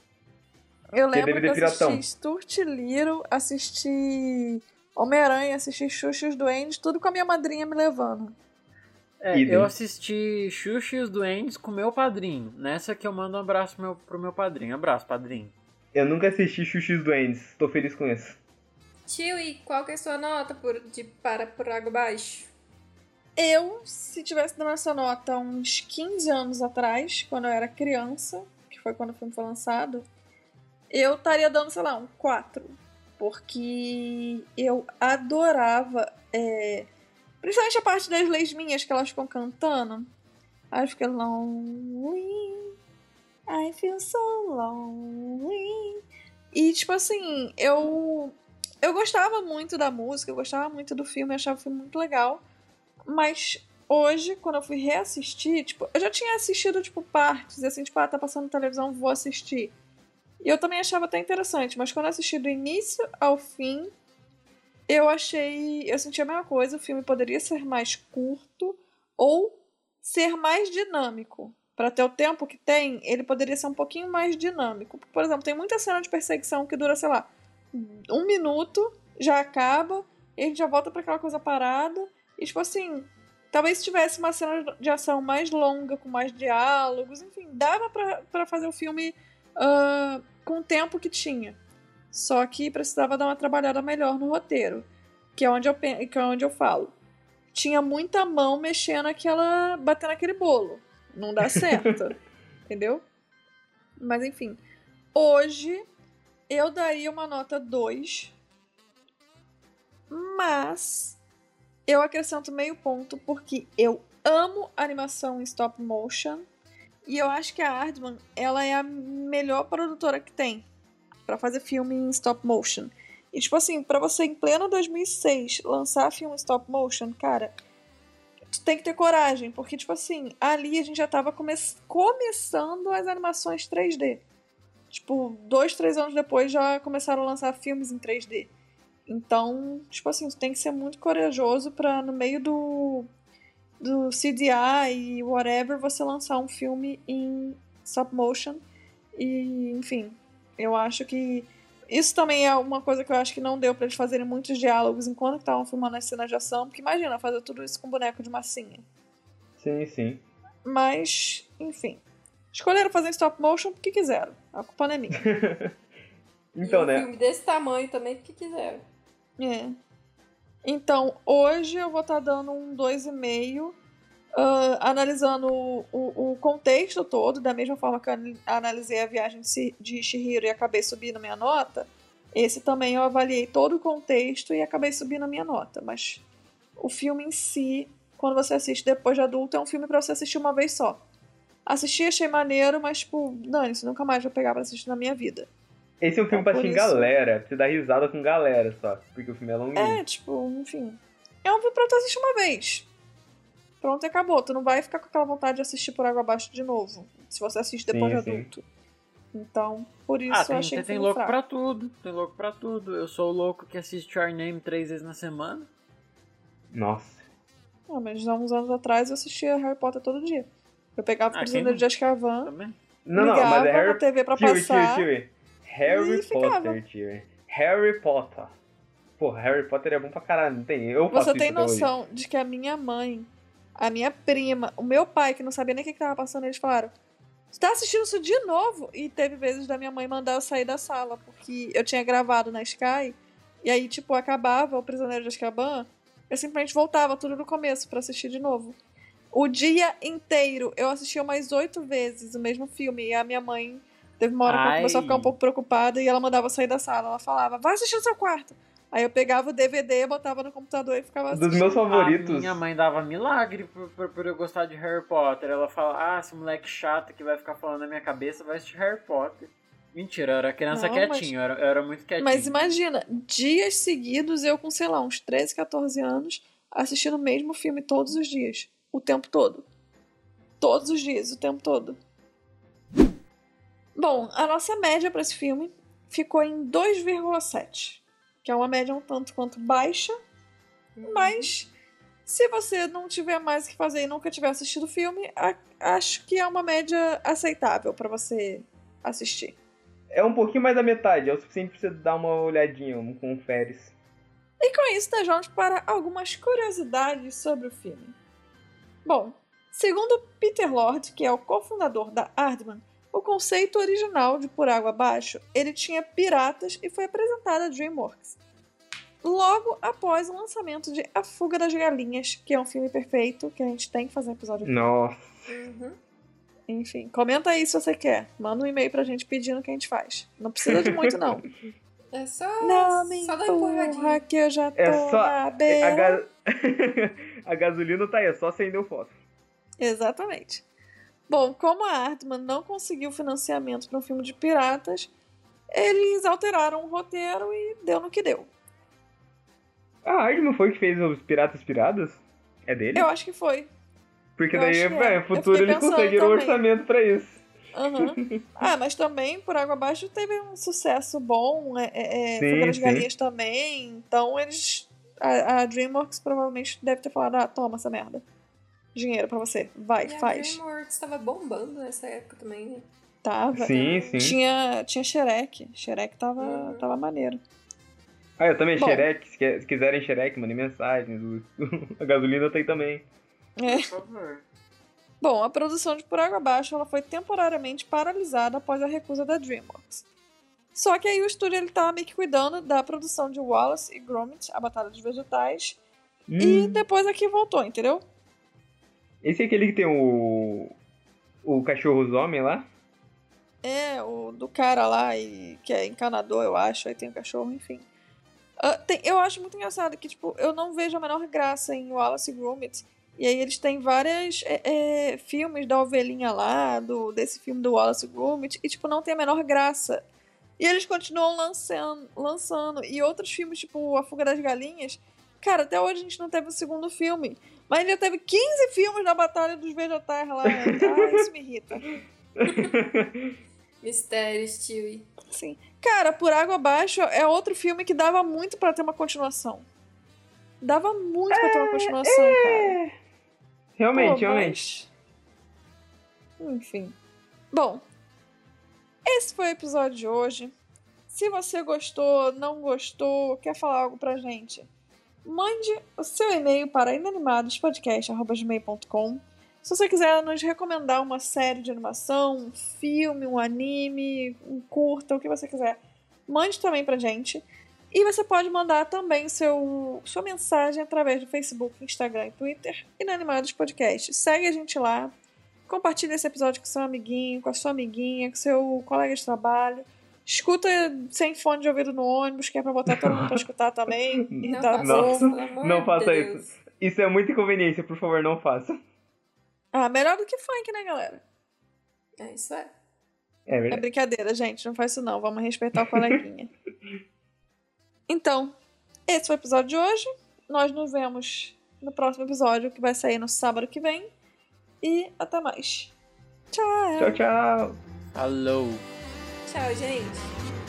Eu lembro D V D que eu assisti piratão. Stuart Little, assisti Homem-Aranha, assisti Xuxa e os Duendes, tudo com a minha madrinha me levando. É, Idem. eu assisti Xuxa e os Duendes com meu padrinho. Nessa que eu mando um abraço meu, pro meu padrinho. Abraço, padrinho. Eu nunca assisti Xuxa e os Duendes, tô feliz com isso. Tio, e qual que é a sua nota por, de para por água abaixo? Eu, se tivesse dado essa nota uns quinze anos atrás, quando eu era criança, que foi quando o filme foi lançado, eu estaria dando, sei lá, um quatro. Porque eu adorava, é, principalmente a parte das leis minhas que elas ficam cantando. Aí fica lonely, I feel so lonely. E, tipo assim, eu, eu gostava muito da música, eu gostava muito do filme, eu achava o filme muito legal. Mas hoje, quando eu fui reassistir, tipo, eu já tinha assistido, tipo, partes, assim, tipo, ah, tá passando na televisão, vou assistir. E eu também achava até interessante, mas quando eu assisti do início ao fim, eu achei, eu senti a mesma coisa, o filme poderia ser mais curto ou ser mais dinâmico. Pra ter o tempo que tem, ele poderia ser um pouquinho mais dinâmico. Por exemplo, tem muita cena de perseguição que dura, sei lá, um minuto, já acaba, e a gente já volta pra aquela coisa parada. E, tipo assim, talvez se tivesse uma cena de ação mais longa, com mais diálogos, enfim, dava pra, pra fazer o filme uh, com o tempo que tinha. Só que precisava dar uma trabalhada melhor no roteiro, que é onde eu, que é onde eu falo. Tinha muita mão mexendo aquela, batendo aquele bolo. Não dá certo, entendeu? Mas, enfim, hoje eu daria uma nota dois, mas eu acrescento meio ponto porque eu amo animação em stop motion e eu acho que a Aardman, ela é a melhor produtora que tem pra fazer filme em stop motion. E tipo assim, pra você em pleno dois mil e seis lançar filme em stop motion, cara, tu tem que ter coragem, porque tipo assim, ali a gente já tava come- começando as animações três D. Tipo, dois, três anos depois já começaram a lançar filmes em três D. Então, tipo assim, tu tem que ser muito corajoso pra, no meio do, do C G I e whatever, você lançar um filme em stop motion. E, enfim, eu acho que isso também é uma coisa que eu acho que não deu pra eles fazerem muitos diálogos enquanto estavam filmando as cenas de ação, porque imagina, fazer tudo isso com boneco de massinha. Sim, sim. Mas, enfim, escolheram fazer em stop motion porque quiseram. A culpa não é minha. Então, e um né? filme desse tamanho também, porque quiseram. É. Então, hoje eu vou estar dando um dois vírgula cinco, uh, analisando o, o, o contexto todo, da mesma forma que eu analisei a viagem de Chihiro e acabei subindo minha nota. Esse também eu avaliei todo o contexto e acabei subindo a minha nota. Mas o filme em si, quando você assiste depois de adulto, é um filme pra você assistir uma vez só. Assisti, achei maneiro, mas, tipo, dane-se, nunca mais vou pegar pra assistir na minha vida. Esse é um filme Então, pra assistir em por isso- galera, pra você dar risada com galera só, porque o filme é longuinho. É, tipo, enfim. É um filme pra tu assistir uma vez. Pronto, e acabou. Tu não vai ficar com aquela vontade de assistir por água abaixo de novo. Se você assiste depois Sim, de sim. adulto. Então, por isso Ah, eu tem, achei tem, que tem foi louco fraco. pra tudo. Tem louco pra tudo. Eu sou o louco que assiste Your Name três vezes na semana. Nossa. Ah, mas há uns anos atrás eu assistia Harry Potter todo dia. Eu pegava o Ah, Prisioneiro quem de Azkaban, Também. Não, não, ligava mas é Harry... na T V pra Tio, passar. tio, tio. Harry e ficava. Potter, tio. Harry Potter. Pô, Harry Potter é bom pra caralho, não tem? Eu faço Você tem isso até hoje. noção de que a minha mãe, a minha prima, o meu pai, que não sabia nem o que que tava passando, eles falaram: "Você tá assistindo isso de novo?" E teve vezes da minha mãe mandar eu sair da sala, porque eu tinha gravado na Sky, e aí, tipo, acabava o Prisioneiro de Azkaban, eu simplesmente voltava tudo do começo pra assistir de novo. O dia inteiro, eu assistia umas oito vezes o mesmo filme, e a minha mãe teve uma hora que ela Ai. começou a ficar um pouco preocupada e ela mandava eu sair da sala. Ela falava: "Vai assistir no seu quarto." Aí eu pegava o D V D, botava no computador e ficava Dos assistindo. meus favoritos. A minha mãe dava milagre por, por, por eu gostar de Harry Potter. Ela fala, ah, esse moleque chato que vai ficar falando na minha cabeça vai assistir Harry Potter. Mentira, eu era criança Não, quietinho, eu, era, eu era muito quietinho. Mas imagina, dias seguidos, eu com, sei lá, uns treze, quatorze anos, assistindo o mesmo filme todos os dias. O tempo todo. todos os dias, o tempo todo. Bom, a nossa média para esse filme ficou em dois vírgula sete, que é uma média um tanto quanto baixa, uhum. Mas se você não tiver mais o que fazer e nunca tiver assistido o filme, a, acho que é uma média aceitável para você assistir. É um pouquinho mais da metade, é o suficiente pra você dar uma olhadinha, um conferes. E com isso, nós vamos para algumas curiosidades sobre o filme. Bom, segundo Peter Lord, que é o cofundador da Aardman, o conceito original de Por Água Abaixo, ele tinha piratas e foi apresentado à DreamWorks. Logo após o lançamento de A Fuga das Galinhas, que é um filme perfeito, que a gente tem que fazer um episódio aqui. Nossa. Uhum. Enfim, comenta aí se você quer. Manda um e-mail pra gente pedindo o que a gente faz. Não precisa de muito, não. É só, não me só dar empurra que eu já tô é só, na beira. A, ga... a gasolina tá aí, é só acender o fósforo. Exatamente. Bom, como a Aardman não conseguiu financiamento para um filme de piratas, eles alteraram o roteiro e deu no que deu. A Aardman foi que fez os Piratas Piradas? É dele? Eu acho que foi. Porque eu daí, é. no futuro, eles conseguiram um orçamento pra isso. Uhum. Ah, mas também, Por Água Abaixo teve um sucesso bom, é, é, sim, Fuga das sim. Galinhas também, então eles... A, a DreamWorks provavelmente deve ter falado, ah, toma essa merda. Dinheiro pra você, vai, e faz. A DreamWorks tava bombando nessa época também, né? Tava. Sim, sim. Tinha, tinha Shrek, Shrek tava, uhum. tava maneiro. Ah, eu também, Bom, Shrek, se, quer, se quiserem Shrek, mandem mensagens. A gasolina tem também. É. Por favor. Bom, a produção de Por Água Abaixo ela foi temporariamente paralisada após a recusa da DreamWorks. Só que aí o estúdio ele tava meio que cuidando da produção de Wallace e Gromit, A Batalha dos Vegetais, hum. e depois aqui voltou, entendeu? Esse é aquele que tem o... o cachorro-homem lá? É, o do cara lá, e, que é encanador, eu acho, aí tem o cachorro, enfim. Uh, tem, eu acho muito engraçado que, tipo, eu não vejo a menor graça em Wallace e Gromit. E aí eles têm vários é, é, filmes da ovelhinha lá, do, desse filme do Wallace e Gromit, e, tipo, não tem a menor graça. E eles continuam lançando, lançando. E outros filmes, tipo A Fuga das Galinhas, cara, até hoje a gente não teve o segundo filme. Mas ainda teve quinze filmes da Batalha dos Vegetais lá. Ah, isso me irrita. Mistério, Stewie. Sim. Cara, Por Água Abaixo é outro filme que dava muito pra ter uma continuação. Dava muito é, pra ter uma continuação, é... cara. Realmente, Pô, realmente. Mas... Enfim. Bom, esse foi o episódio de hoje. Se você gostou, não gostou, quer falar algo pra gente, mande o seu e-mail para inanimadospodcast arroba gmail ponto com. Se você quiser nos recomendar uma série de animação, um filme, um anime, um curta, o que você quiser, mande também pra gente. E você pode mandar também seu, sua mensagem através do Facebook, Instagram e Twitter, Inanimados Podcast. Segue a gente lá, compartilha esse episódio com seu amiguinho, com a sua amiguinha, com seu colega de trabalho. Escuta sem fone de ouvido no ônibus, que é pra botar todo mundo pra escutar também. Não, Nossa, amor não faça Deus. isso. Isso é muita inconveniência, por favor, não faça. Ah, melhor do que funk, né, galera? É, isso é. É verdade. É brincadeira, gente. Não faz isso não. Vamos respeitar o coleguinha. Então, esse foi o episódio de hoje. Nós nos vemos no próximo episódio, que vai sair no sábado que vem. E até mais. Tchau. Tchau, tchau. Alô. Tchau, gente.